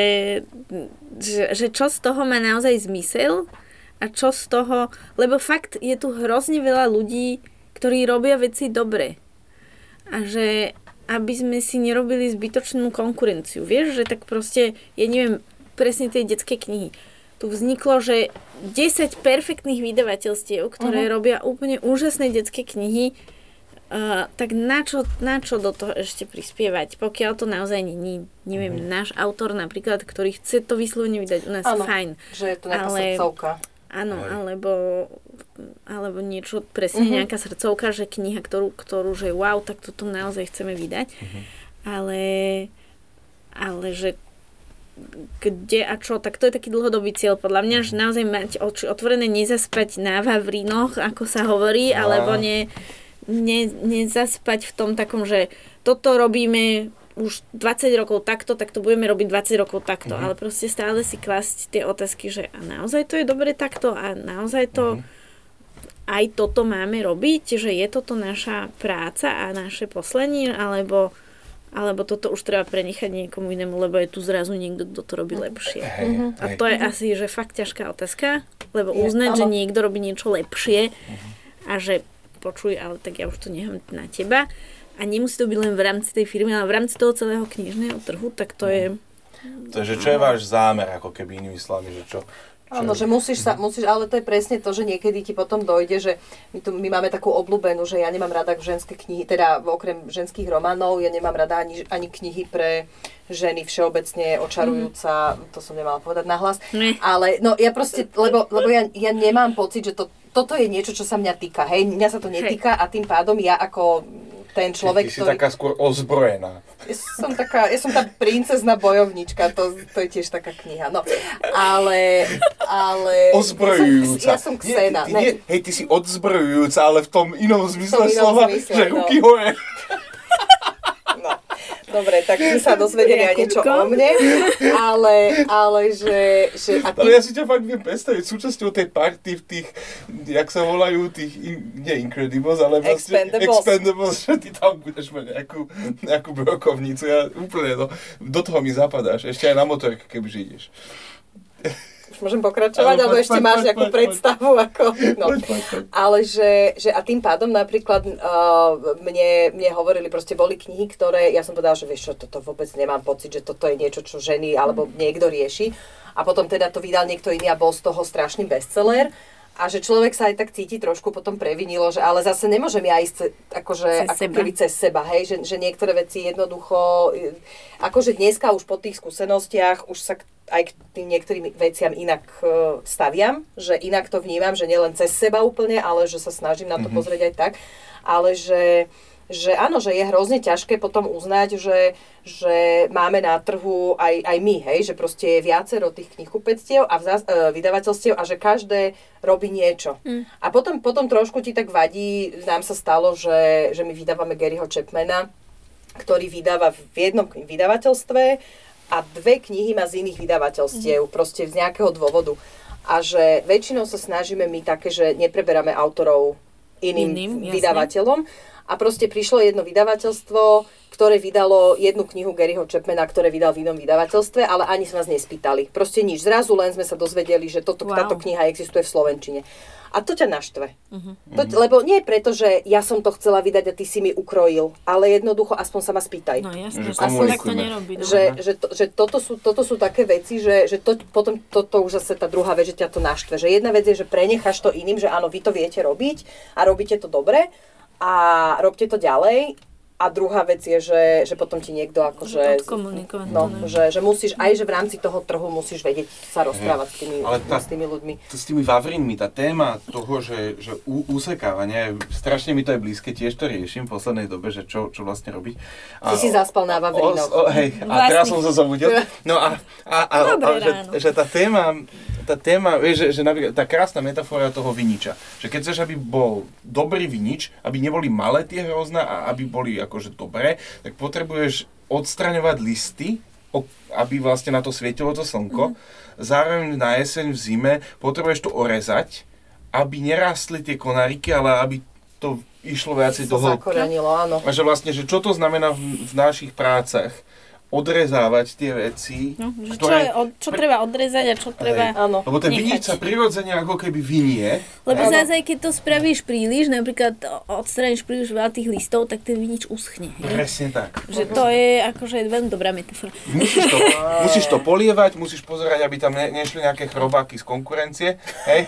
že, že čo z toho má naozaj zmysel a čo z toho, lebo fakt je tu hrozne veľa ľudí, ktorí robia veci dobre a že aby sme si nerobili zbytočnú konkurenciu, vieš, že tak proste, ja neviem, presne tie detské knihy. Tu vzniklo, že desať perfektných vydavateľstiev, ktoré uh-huh. robia úplne úžasné detské knihy. Uh, tak na čo, na čo do toho ešte prispievať, pokiaľ to naozaj nie, neviem, mm. náš autor napríklad, ktorý chce to vyslovene vydať u nás, áno, fajn. Že je to nejaká ale, srdcovka. Áno, alebo, alebo niečo, presne mm-hmm. nejaká srdcovka, že kniha, ktorú, ktorú, že wow, tak toto naozaj chceme vydať. Mm-hmm. Ale, ale že kde a čo, tak to je taký dlhodobý cieľ podľa mňa, že naozaj mať oči otvorené, nezaspať na vavrínoch, ako sa hovorí, no. alebo ne Ne, nezaspať v tom takom, že toto robíme už dvadsať rokov takto, tak to budeme robiť dvadsať rokov takto. Mm-hmm. Ale proste stále si klásť tie otázky, že a naozaj to je dobre takto a naozaj to mm-hmm. aj toto máme robiť, že je toto naša práca a naše poslanie, alebo, alebo toto už treba prenechať niekomu inému, lebo je tu zrazu niekto, kto to robí lepšie. Mm-hmm. A to je asi, že fakt ťažká otázka, lebo uznať, je, že niekto robí niečo lepšie mm-hmm. a že počuj, ale tak ja už to nechám na teba. A nemusí to byť len v rámci tej firmy, ale v rámci toho celého knižného trhu, tak to je... To je, že čo je váš zámer, ako keby inými slovami, že čo, Áno, že musíš sa, musíš, ale to je presne to, že niekedy ti potom dojde, že my, tu, my máme takú obľúbenú, že ja nemám rada ženské knihy, teda okrem ženských románov, ja nemám rada ani, ani knihy pre ženy všeobecne očarujúca, mm. to som nemala povedať nahlas, mm. ale no ja proste, lebo, lebo ja, ja nemám pocit, že to, toto je niečo, čo sa mňa týka, hej, mňa sa to netýka a tým pádom ja ako ten človek, ty si ktorý... taká skôr ozbrojená. Ja som taká, ja som tá princezná bojovnička, to, to je tiež taká kniha, no. Ale, ale... Ozbrojujúca. Ja som Ksena. Nie, ty, nie, hej, ty si odzbrojujúca, ale v tom inom zmysle inom slova, zmysle, že no. ruky hore. No. Dobre, tak sme sa dozvedeli aj niečo o mne, ale, ale že... že a ty... Ale ja si ťa fakt viem predstaviť súčasťou tej party v tých, jak sa volajú, tých, in, nie Incredibles, ale vlastne Expendables. Expendables, že ty tam budeš mať nejakú, nejakú brokovnicu. Ja úplne, no, do toho mi zapadáš, ešte aj na motorke, kebyže ideš. Už môžem pokračovať, alebo ešte máš nejakú predstavu, ako... No. Ale že, že a tým pádom napríklad uh, mne, mne hovorili, proste boli knihy, ktoré, ja som povedala, že vieš čo, toto vôbec nemám pocit, že toto je niečo, čo ženy alebo niekto rieši. A potom teda to vydal niekto iný a bol z toho strašný bestseller. A že človek sa aj tak cíti trošku potom previnilo, že ale zase nemôžem ja ísť akože, ako keby cez seba, hej, že, že niektoré veci jednoducho, akože dneska už po tých skúsenostiach už sa aj k tým niektorým veciam inak staviam, že inak to vnímam, že nielen cez seba úplne, ale že sa snažím na to mm-hmm. pozrieť aj tak, ale že že áno, že je hrozne ťažké potom uznať, že, že máme na trhu aj, aj my, hej, že proste je viacero tých knihkupectiev a vzás, e, vydavateľstiev a že každé robí niečo. Mm. A potom, potom trošku ti tak vadí, nám sa stalo, že, že my vydávame Garyho Chapmana, ktorý vydáva v jednom vydavateľstve a dve knihy má z iných vydavateľstiev, mm. proste z nejakého dôvodu. A že väčšinou sa snažíme my také, že nepreberáme autorov iným, iným vydavateľom. A proste prišlo jedno vydavateľstvo, ktoré vydalo jednu knihu Garyho Chapmana, ktoré vydal v inom vydavateľstve, ale ani sa nás nespýtali. Proste nič. Zrazu len sme sa dozvedeli, že toto, wow. táto kniha existuje v slovenčine. A to ťa naštve. Uh-huh. To, lebo nie preto, že ja som to chcela vydať a ty si mi ukrojil, ale jednoducho aspoň sa ma spýtaj. No jasne, aspoň, tak to nerobí. No. Že, že, to, že toto, sú, toto sú také veci, že, že to, potom toto už zase tá druhá vec, že ťa to naštve. Že jedna vec je, že prenecháš to iným, že áno, vy to viete robiť a robíte to dobre, a robte to ďalej. A druhá vec je, že, že potom ti niekto akože... Odkomunikovať. No, že, že musíš, aj že v rámci toho trhu musíš vedieť sa rozprávať s tými, tá, s tými ľuďmi. To s tými Vavrínmi, tá téma toho, že, že ú, úsekávanie, strašne mi to je blízke, tiež to riešim v poslednej dobe, že čo, čo vlastne robiť. A, Ty si zaspal na Vavrínoch. O, o, hej, a teraz som sa zobudil. No a, a, a, a že, že tá téma... tá téma, vieš, že, že napríklad tá krásna metafora toho viniča, že keď chceš, aby bol dobrý vinič, aby neboli malé tie hrozná a aby boli akože dobré, tak potrebuješ odstraňovať listy, aby vlastne na to svietilo to slnko. Mm. Zároveň na jeseň, v zime potrebuješ to orezať, aby nerástli tie konáriky, ale aby to išlo viacej do hĺbky. A že vlastne, že čo to znamená v, v našich prácach, odrezávať tie veci, no, ktoré... Čo, je, čo pre... treba odrezať a čo treba nechať. Lebo ten vinič sa prirodzene ako keby vinie. Lebo zase, keď to spravíš príliš, napríklad odstraníš príliš veľa tých listov, tak ten vinič uschne. Hej? Presne tak. Že to je akože veľmi dobrá metafora. Musíš to, musíš to polievať, musíš pozerať, aby tam ne, nešli nejaké chrobáky z konkurencie. Hej,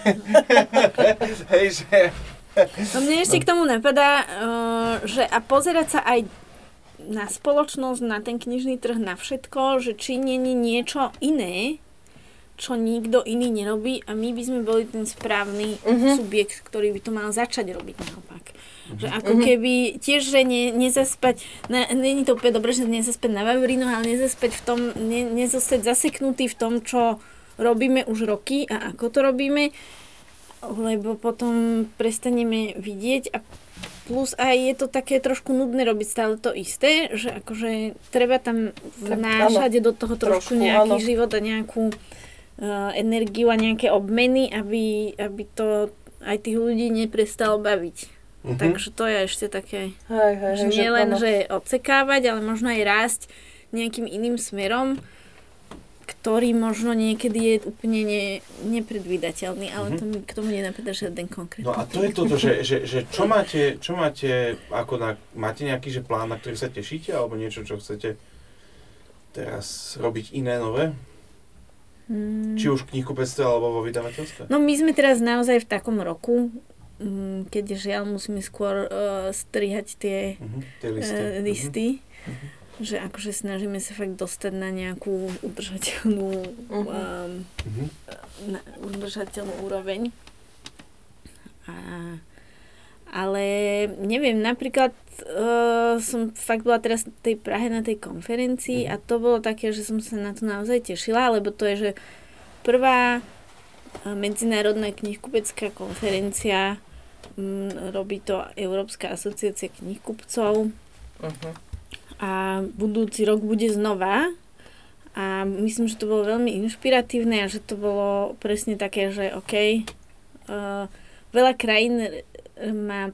hej že... No mne ešte k tomu napadá, že a pozerať sa aj na spoločnosť, na ten knižný trh, na všetko, že či nie je niečo iné, čo nikto iný nerobí a my by sme boli ten správny uh-huh. subjekt, ktorý by to mal začať robiť naopak. Uh-huh. Že ako uh-huh. keby tiež, že ne, nezaspať, ne, nie je to úplne dobré, že nezaspať na Vavrínoch, ale nezaspať v tom, ne, nezostať zaseknutý v tom, čo robíme už roky a ako to robíme, lebo potom prestaneme vidieť a plus aj je to také trošku nudné robiť stále to isté, že akože treba tam vnášať do toho trošku, trošku nejaký áno. život a nejakú uh, energiu a nejaké obmeny, aby, aby to aj tých ľudí neprestalo baviť. Mm-hmm. Takže to je ešte také, hej, hej, že nie len, že odsekávať, ale možno aj rásť nejakým iným smerom, ktorý možno niekedy je úplne ne, nepredvídateľný, ale to mi k tomu nenapadá žiaden konkrétny. No a to je toto, že, že, že čo máte, čo máte, ako na, máte nejaký že plán, na ktorý sa tešíte, alebo niečo, čo chcete teraz robiť iné, nové? Mm. Či už v knihkupectve alebo vo vydavateľstve? No my sme teraz naozaj v takom roku, keď žiaľ musíme skôr uh, strihať tie, uh-huh, tie listy, uh, listy uh-huh. že akože snažíme sa fakt dostať na nejakú udržateľnú uh-huh. um, uh-huh. na udržateľnú úroveň. A, ale neviem, napríklad uh, som fakt bola teraz v tej Prahe na tej konferencii uh-huh. a to bolo také, že som sa na to naozaj tešila, lebo to je, že prvá medzinárodná knihkupecká konferencia, m, robí to Európska asociácia knihkupcov uh-huh. a budúci rok bude znova a myslím, že to bolo veľmi inšpiratívne a že to bolo presne také, že OK, uh, veľa krajín má,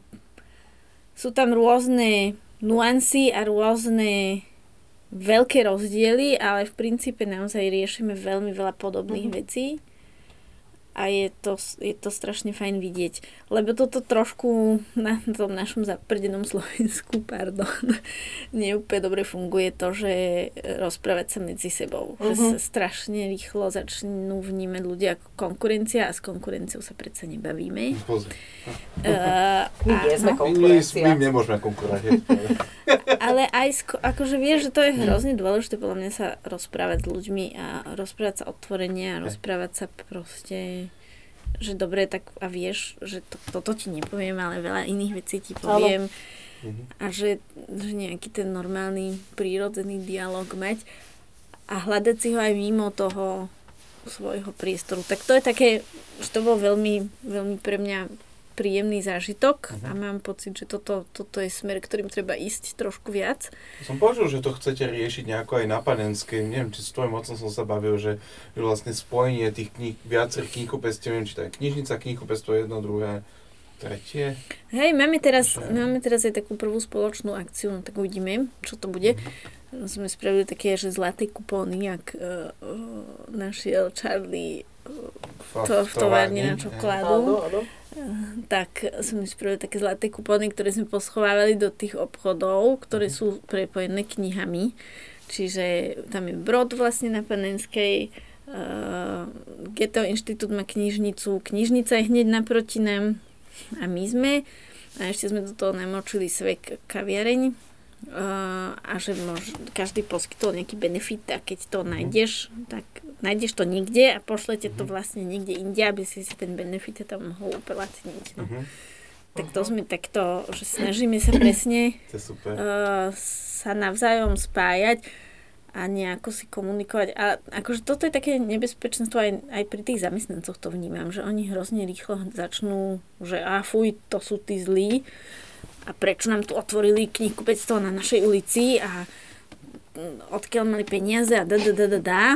sú tam rôzne nuancy a rôzne veľké rozdiely, ale v princípe naozaj riešime veľmi veľa podobných uh-huh. vecí. A je to, je to strašne fajn vidieť. Lebo toto trošku na tom našom zaprdenom Slovensku, pardon, neúplne dobre funguje to, že rozprávať sa medzi sebou. Uh-huh. Že sa strašne rýchlo začnú vnímať ľudia ako konkurencia a s konkurenciou sa predsa nebavíme. Pozri. Uh, my nie sme no? konkurencia. My, my nemôžeme konkurovať. Ale aj, sko- akože vieš, že to je hrozne dôležité podľa mňa sa rozprávať s ľuďmi a rozprávať sa otvorene a rozprávať sa proste, že dobre, tak a vieš, že to, toto ti nepoviem, ale veľa iných vecí ti poviem. Ale. A že, že nejaký ten normálny, prírodzený dialog mať a hľadať si ho aj mimo toho svojho priestoru. Tak to je také, že to bol veľmi, veľmi pre mňa príjemný zážitok uh-huh. a mám pocit, že toto, toto je smer, ktorým treba ísť trošku viac. Som počul, že to chcete riešiť nejako aj na Panenskej. Neviem, či s tvojim otcom som sa bavil, že, že vlastne spojenie tých kníh, viacerých knihkupectiev, neviem, či to je knižnica, knihkupectvo, jedno, druhé, tretie. Hej, máme teraz, že... máme teraz aj takú prvú spoločnú akciu, no tak uvidíme, čo to bude. Uh-huh. Sme spravili také, že zlaté kupóny, jak uh, uh, našiel Charlie uh, to v továrni na čokoládu. Áno, áno. Tak sme spravili také zlaté kupóny, ktoré sme poschovávali do tých obchodov, ktoré sú prepojené knihami. Čiže tam je Brod vlastne na Panenskej, uh, Goetheho inštitút má knižnicu, knižnica je hneď naproti nám a my sme. A ešte sme do toho namočili Svek kaviareň. Uh, a že môž, každý poskytol nejaký benefit a keď to nájdeš, tak nájdeš to niekde a pošlete to vlastne niekde inde, aby si si ten benefit tam mohol uplatniť. No. Uh-huh. Tak to sme takto, že snažíme sa presne uh, sa navzájom spájať a nejako si komunikovať. A akože toto je také nebezpečenstvo aj, aj pri tých zamestnancoch to vnímam, že oni hrozne rýchlo začnú, že a fuj, to sú tí zlí. A prečo nám tu otvorili knihkupectvo na našej ulici a odkiaľ mali peniaze a da, da, da, da, da.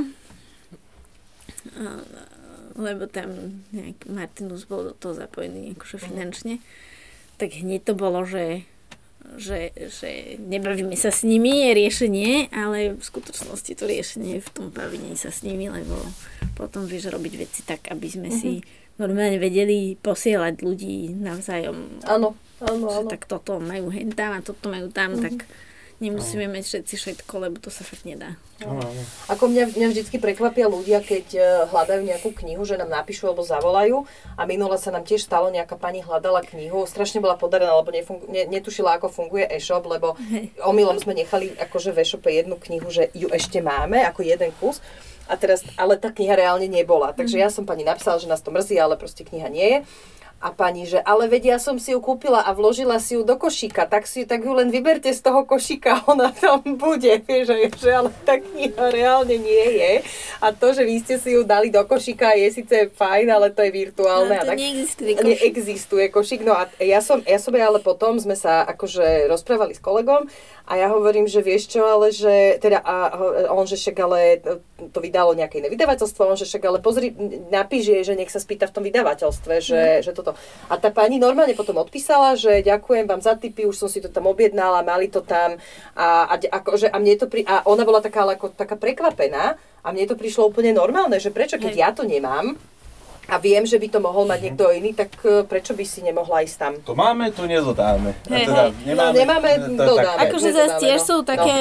Lebo tam nejak Martinus bol do toho zapojený akože finančne. Tak hneď to bolo, že, že, že nebavíme sa s nimi, je riešenie, ale v skutočnosti to riešenie je v tom bavení sa s nimi, lebo potom vieš robiť veci tak, aby sme mm-hmm. si normálne vedeli posielať ľudí navzájom. Áno. Áno, áno. Tak toto majú hen tam a toto majú tam, mm-hmm. tak nemusíme áno. mať všetci všetko, lebo to sa fakt nedá. Áno. Ako mňa, mňa vždycky prekvapia ľudia, keď hľadajú nejakú knihu, že nám napíšu alebo zavolajú a minule sa nám tiež stalo, nejaká pani hľadala knihu, strašne bola podarená, lebo nefungu, ne, netušila, ako funguje e-shop, lebo Hej. omylom sme nechali akože v e-shope jednu knihu, že ju ešte máme, ako jeden kus. A teraz, ale tá kniha reálne nebola. Takže ja som pani napísala, že nás to mrzí, ale proste kniha nie je. A pani, že ale vedia, ja som si ju kúpila a vložila si ju do košíka, tak si tak ju len vyberte z toho košíka, ona tam bude, vieš, že ale tá kniha reálne nie je. A to, že vy ste si ju dali do košíka, je síce fajn, ale to je virtuálne. No, to a tak neexistuje košík. Neexistuje košík. No a ja som, ja som ale potom sme sa akože rozprávali s kolegom a ja hovorím, že vieš čo, ale že, teda a on, že však ale to vydalo nejaké iné vydavateľstvo, on, že však ale pozri, napíš jej, že nech sa spýta v tom vydavateľstve, že, mm. že toto. A tá pani normálne potom odpísala, že ďakujem vám za tipy, už som si to tam objednala, mali to tam a, a, akože, a mne to pri, a ona bola taká, ako, taká prekvapená a mne to prišlo úplne normálne, že prečo, keď Hej. ja to nemám a viem, že by to mohol mať niekto iný, tak prečo by si nemohla ísť tam? To máme, tu nezodáme. Hej, teda hej. Nemáme, no nemáme, to dodáme. Akože zase tiež no. sú také... No.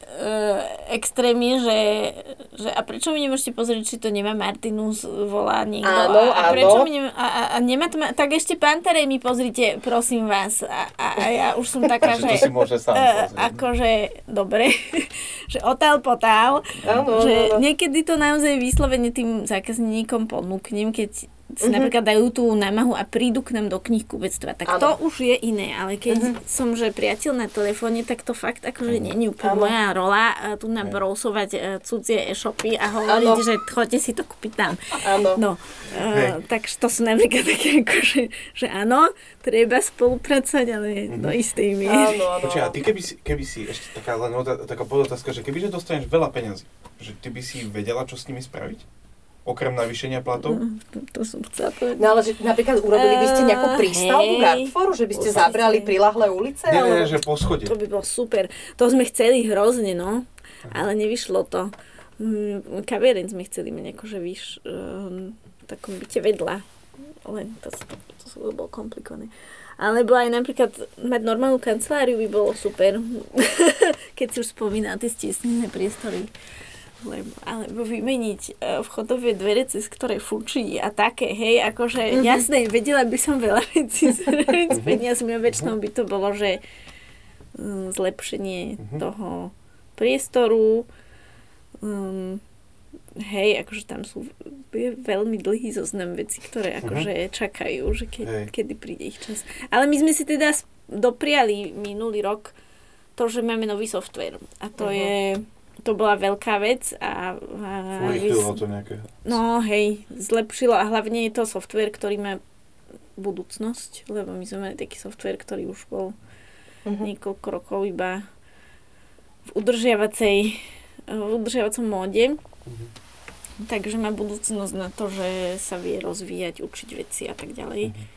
uh, extrém je, že, že a prečo mi nemôžete pozrieť, či to nemá Martinus, volá niekto. Áno, a, a prečo áno. mi nemá, a, a, a nemá to, ma, tak ešte Pantarej mi pozrite, prosím vás. A, a, a ja už som taká, Takže že... to si môže sám uh, pozrieť. akože, dobre, že otál potál, Áno, že áno, áno. niekedy to naozaj vyslovene tým zákazníkom ponúknem, keď si Mhm. napríklad dajú tú námahu a prídu k nám do knihkupectva, tak Áno. to už je iné, ale keď som, že priateľ na telefóne, tak to fakt akože nie je úplne Áno. moja rola uh, tu nabrousovať uh, cudzie e-shopy a hovoriť, Áno. že chodte si to kúpiť tam. Áno. No, uh, takže to sú napríklad také akože, že áno, treba spolupracovať, ale do istej miery. Áno, áno. Počkaj, a ty keby si, keby si, ešte taká len otá- taká podotázka, že kebyže dostaneš veľa peňazí, že ty by si vedela, čo s nimi spraviť? Okrem navýšenia platov? To, to som chcela povedať. No ale že napríklad urobili by ste nejakú Eh, prístavbu hej. Gartforu, že by ste Určite. zabrali prilahlé ulice? Nie, nie, alebo- nie, že po schode. To by bolo super. To sme chceli hrozne, no. Ale nevyšlo to. Mm, Kaviareň sme chceli mať akože víš, um, v takom byte vedľa. Len to, to, to, to bolo komplikované. Alebo aj napríklad mať normálnu kanceláriu by bolo super. Keď si už spomínal tie stiesnené priestory. Lebo, alebo vymeniť uh, vchodové dvere, cez ktoré fučí a také, hej, akože mm-hmm. jasné, vedela by som veľa vecí zrobiť s peniazmi a väčšinou by to bolo, že um, zlepšenie mm-hmm. toho priestoru, um, hej, akože tam sú je veľmi dlhý zoznam vecí, ktoré akože mm-hmm. čakajú, že ke, kedy príde ich čas. Ale my sme si teda dopriali minulý rok to, že máme nový software a to mm-hmm. je to bola veľká vec a... a Urychlilo to nejaké... No hej, zlepšilo a hlavne je to software, ktorý má budúcnosť, lebo my sme mali taký software, ktorý už bol uh-huh. niekoľko rokov iba v udržiavacej, v udržiavacom móde. Uh-huh. Takže má budúcnosť na to, že sa vie rozvíjať, učiť veci a tak ďalej. Uh-huh.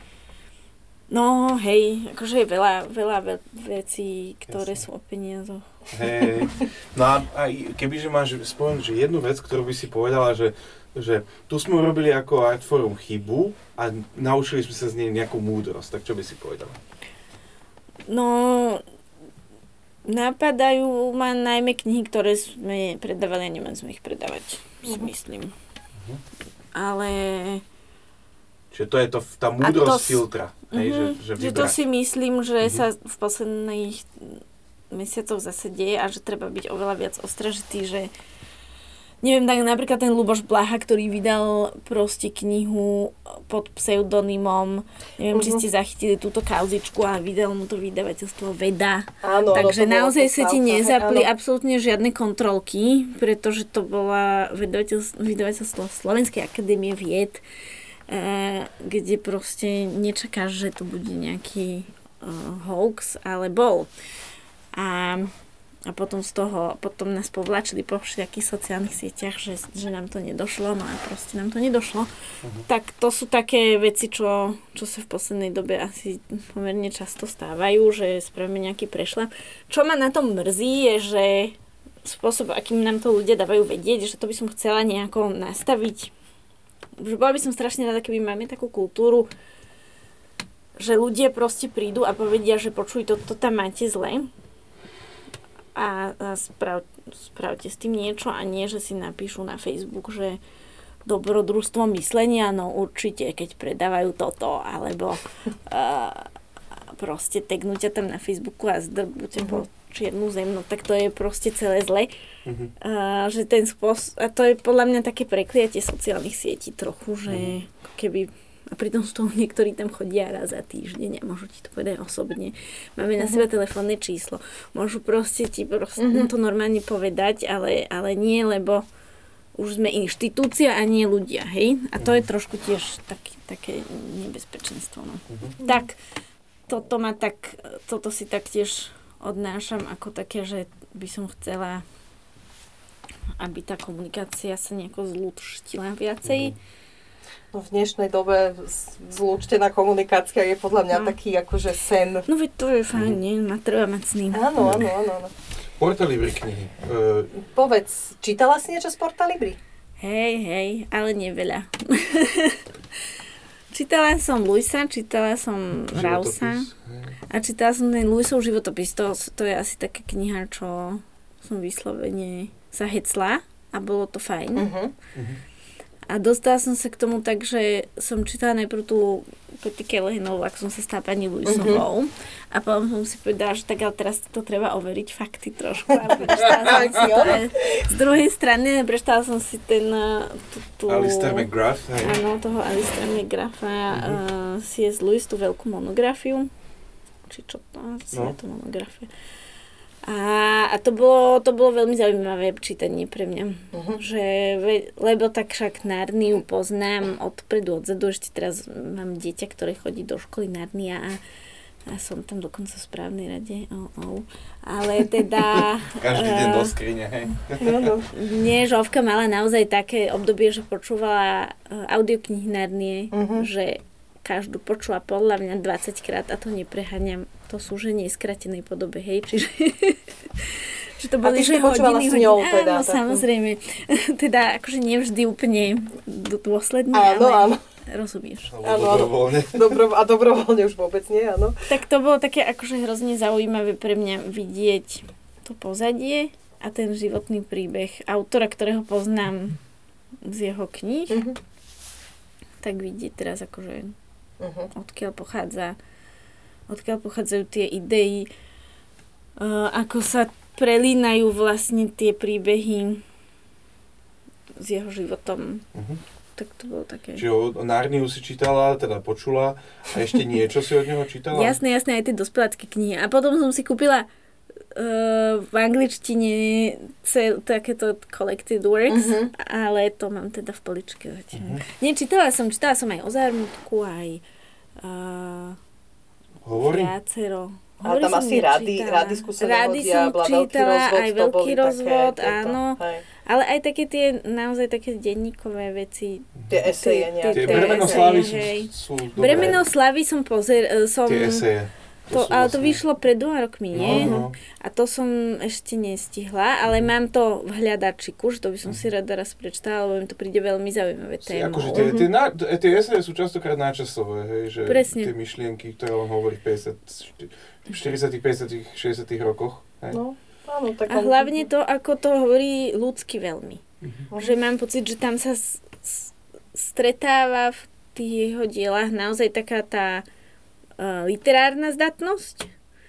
No hej, akože je veľa, veľa ve- vecí, ktoré Jasne. Sú o peniazoch. Hej, no a, a kebyže máš spomenúť, že jednu vec, ktorú by si povedala, že, že tu sme urobili ako Artforum chybu a naučili sme sa z nej nejakú múdrosť, tak čo by si povedala? No, napadajú ma najmä knihy, ktoré sme predávali a nemali sme ich predávať, si myslím. Uh-huh. Ale... Čiže to je to, tá múdrosť to, filtra, hej, uh-huh, že, že, že to si myslím, že uh-huh. sa v posledných mesiacoch zase deje a že treba byť oveľa viac ostražitý, že neviem, tak napríklad ten Ľuboš Blaha, ktorý vydal proste knihu pod pseudonymom, neviem, uh-huh. či ste zachytili túto kauzičku, ale vydal mu to vydavateľstvo Veda. Áno, takže no naozaj sa ti nezapli áno. absolútne žiadne kontrolky, pretože to bola vydavateľstvo Slovenskej akadémie vied, Uh, kde proste nečakáš, že to bude nejaký uh, hoax, ale bol. A, a potom z toho, potom nás povlačili po všetkých sociálnych sieťach, že, že nám to nedošlo, no a proste nám to nedošlo. Uh-huh. Tak to sú také veci, čo, čo sa v poslednej dobe asi pomerne často stávajú, že spravíme nejaký prešľap. Čo ma na tom mrzí, je, že spôsob, akým nám to ľudia dávajú vedieť, že to by som chcela nejako nastaviť. Že bola by som strašne rada, keby máme takú kultúru, že ľudia proste prídu a povedia, že počuj, toto tam máte zle a, a sprav, spravte s tým niečo a nie, že si napíšu na Facebook, že dobrodružstvo myslenia, no určite, keď predávajú toto, alebo uh, proste tagnúťa tam na Facebooku a zdrbúte uh-huh. po čiernu zem, no tak to je proste celé zle. Uh-huh. A, že ten spôsob, a to je podľa mňa také prekliatie sociálnych sietí trochu, že uh-huh. keby, a pritom z toho niektorí tam chodia raz za týždeň a môžu ti to povedať osobne. Máme uh-huh. na seba telefónne číslo. Môžu proste ti proste uh-huh. to normálne povedať, ale, ale nie, lebo už sme inštitúcia a nie ľudia, hej? A to je trošku tiež taký, také nebezpečenstvo, no. Uh-huh. Tak, toto ma tak, toto si tak tiež odnášam ako také, že by som chcela, aby tá komunikácia sa nejako zlúčtila viacej. No v dnešnej dobe zlúčtená komunikácia je podľa mňa no. taký akože sen. No veď to je fajn, nie? Ma treba mať sny. Áno, áno, áno, áno. Portalibri knihy. Uh... Povedz, čítala si niečo z Portalibri? Hej, hej, ale nie veľa. Čítala som Luisa, čítala som Rausa a čítala som ten Luisov životopis. To, to je asi taká kniha, čo som vyslovene sa hecla a bolo to fajn. Uh-huh. A dostala som sa k tomu tak, že som čítala najprv tú Patty Callahanovú, ako som sa stala pani Lewisovou. Uh-huh. A potom som si povedala, že tak ale teraz to treba overiť fakty trošku. A prečítala som si to. Z druhej strany prečítala som si ten... Tú, tú, Alistair McGrath. Hej. Áno, toho Alistaira McGratha, uh-huh. uh, C S. Lewis, tú veľkú monografiu. Či čo to? Asi no. Je to monografia. A, a to, bolo, to bolo veľmi zaujímavé čítanie pre mňa. Uh-huh. Že, lebo tak však Narniu poznám odpredu, odzadu. Ešte teraz mám dieťa, ktoré chodí do školy Narnia a, a som tam dokonca v správnej rade. Oh, oh. Ale teda... Každý deň do skrine, hej. No, no. Nie, Žovka mala naozaj také obdobie, že počúvala audioknihy Narnie, uh-huh. že každú počula podľa mňa dvadsaťkrát a to nepreháňam. To sú že neskratenej podobe, hej, čiže... že to boli, a ty si počúvala s ňou teda. Áno, samozrejme. Teda akože nevždy úplne dôsledne, áno, ale áno. rozumieš. Áno, dobrovoľne. Dobro, a dobrovoľne už vôbec nie, áno. Tak to bolo také akože hrozne zaujímavé pre mňa vidieť to pozadie a ten životný príbeh autora, ktorého poznám z jeho kníh. Uh-huh. Tak vidieť teraz akože uh-huh. odkiaľ pochádza odkiaľ pochádzajú tie idei, uh, ako sa prelínajú vlastne tie príbehy s jeho životom. Uh-huh. Tak to bolo také. Čiže o, o Narniu si čítala, teda počula a ešte niečo si od neho čítala? Jasné, jasné, aj tie dospelácké knihy. A potom som si kúpila uh, v angličtine cel, takéto collected works, uh-huh. ale to mám teda v poličke zatiaľ. Uh-huh. Nie, čítala som, čítala som aj o Zármutku, aj uh, Hovorí? Viacero. A tam asi rady, rady skúseného diabla, veľký rozvod, aj veľký rozvod, také, áno. Hej. Ale aj také tie, naozaj také denníkové veci. Tie eseje nejaké. Tie Bremeno slávy sú, sú dobré. Bremeno slávy som pozer... Som, tie eseje. To, to ale to vyšlo pred dvoma rokmi, nie? No, no. A to som ešte nestihla, ale mám to v hľadačiku, že to by som si rada raz prečítala, lebo mi to príde veľmi zaujímavé téma. Akože tie, tie, na, tie eseje sú častokrát náčasové, hej, že presne. Tie myšlienky, ktoré on hovorí v štyridsiatych, päťdesiatych, šesťdesiatych rokoch. Hej. No, áno, tak a hlavne to, ako to hovorí ľudsky veľmi. Uh-huh. Že mám pocit, že tam sa s, s, stretáva v tých jeho dielách naozaj taká tá Uh, literárna zdatnosť,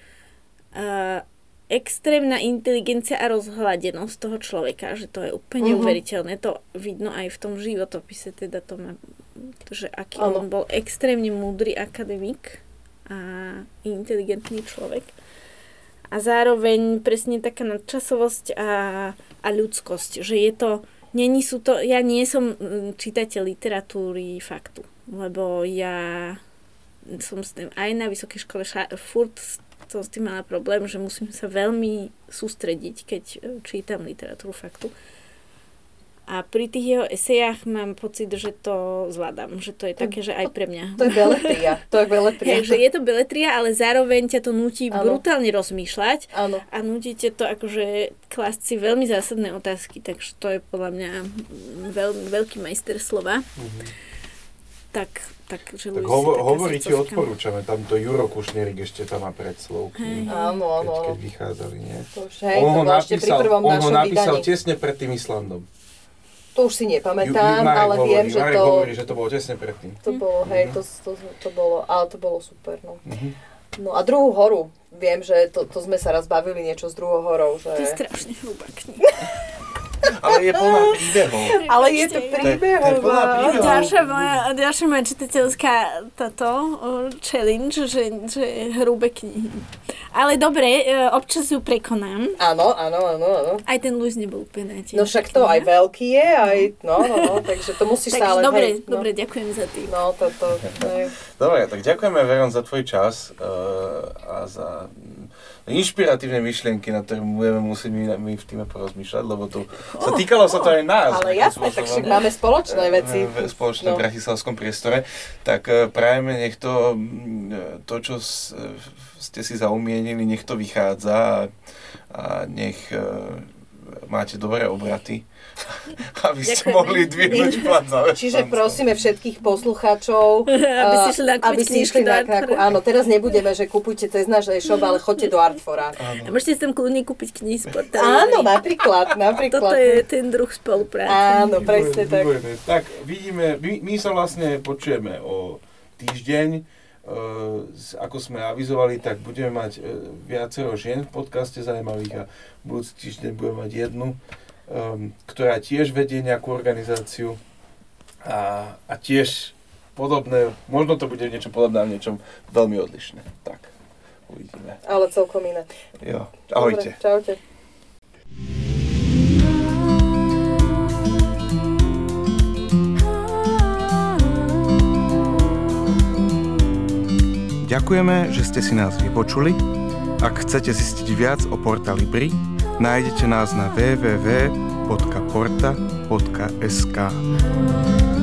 uh, extrémna inteligencia a rozhľadenosť toho človeka, že to je úplne uh-huh. uveriteľné. To vidno aj v tom životopise, teda to má, že aký uh-huh. on bol extrémne múdry akademik a inteligentný človek. A zároveň presne taká nadčasovosť a, a ľudskosť, že je to, není sú to, ja nie som čitateľ literatúry faktu, lebo ja som s tým aj na vysokej škole ša- furt som s tým mala problém, že musím sa veľmi sústrediť, keď čítam literatúru faktu. A pri tých jeho esejách mám pocit, že to zvládam, že to je také, že aj pre mňa. To je beletria, to je beletria. Takže je to beletria, ale zároveň ťa to núti ano. brutálne rozmýšľať ano. A núti ťa to akože klásť si veľmi zásadné otázky, takže to je podľa mňa veľmi veľký majster slova. Mhm. Tak Tak, že tak hovo- hovorí ti, odporúčame, tamto Juro Kušnierik ešte tam má predslov knihy, áno, áno, keď, keď vychádzali, nie? To už, hej, on to ho napísal, on ho napísal vydaní. tesne pred tým Islandom. To už si nepamätám, Ju, ale hovorí, viem, že Marek to... hovorí, že to bolo tesne pred tým. To bolo, hej, to, to, to bolo, ale to bolo super, no. Uh-huh. No a druhú horu, viem, že to, to sme sa raz bavili niečo s druhou horou, že... To je strašne hrubá kniha. Ale je plná príbehov. Ale je to príbehová. Ďalšia moja, ďalšia moja čitateľská táto challenge, že, že hrubé knihy. Ale dobre, občas ju prekonám. Áno, áno, áno, áno. Aj ten Luis nebol úplne najťažšia. No však to kniha. Aj veľký je, aj, no, no, no, takže to musíš takže stále... Dobre, hej, dobre, no. ďakujem za tým. No, to, to, to je... Dobre, tak ďakujeme, Veron, za tvoj čas uh, a za inšpiratívne myšlienky, na ktoré budeme musieť my, my v týme porozmýšľať, lebo to sa týkalo sa to aj nás. Ale jasné, tak však máme spoločné veci. V spoločnom no. bratislavskom priestore. Tak prajeme, nech to, to čo ste si zaumienili, nech to vychádza a, a nech máte dobré obraty, aby ste Ďakujeme. mohli dvihnúť plat zamestnancov. Čiže prosíme všetkých poslucháčov, Aby si eh, išli nakúpiť aby si knižky išli do na Artfora. kráku. Áno, teraz nebudeme, že kupujte cez náš e-shop, ale choďte do Artfora. A môžete si tam kľudne kúpiť knihy z portálu. Áno, napríklad, napríklad. Toto je ten druh spolupráce. Áno, presne tak. Výborné. Tak vidíme, my, my sa vlastne počujeme o týždeň. Uh, ako sme avizovali, tak budeme mať uh, viacero žien v podcaste zaujímavých a budúci týždeň budeme mať jednu, um, ktorá tiež vedie nejakú organizáciu a, a tiež podobné, možno to bude niečo podobné a niečom veľmi odlišné. Tak, uvidíme. Ale celkom iné. Jo, ahojte. Dobre, čaute. Ďakujeme, že ste si nás vypočuli. Ak chcete zistiť viac o Portalibri, nájdete nás na w w w bodka porta bodka es ka.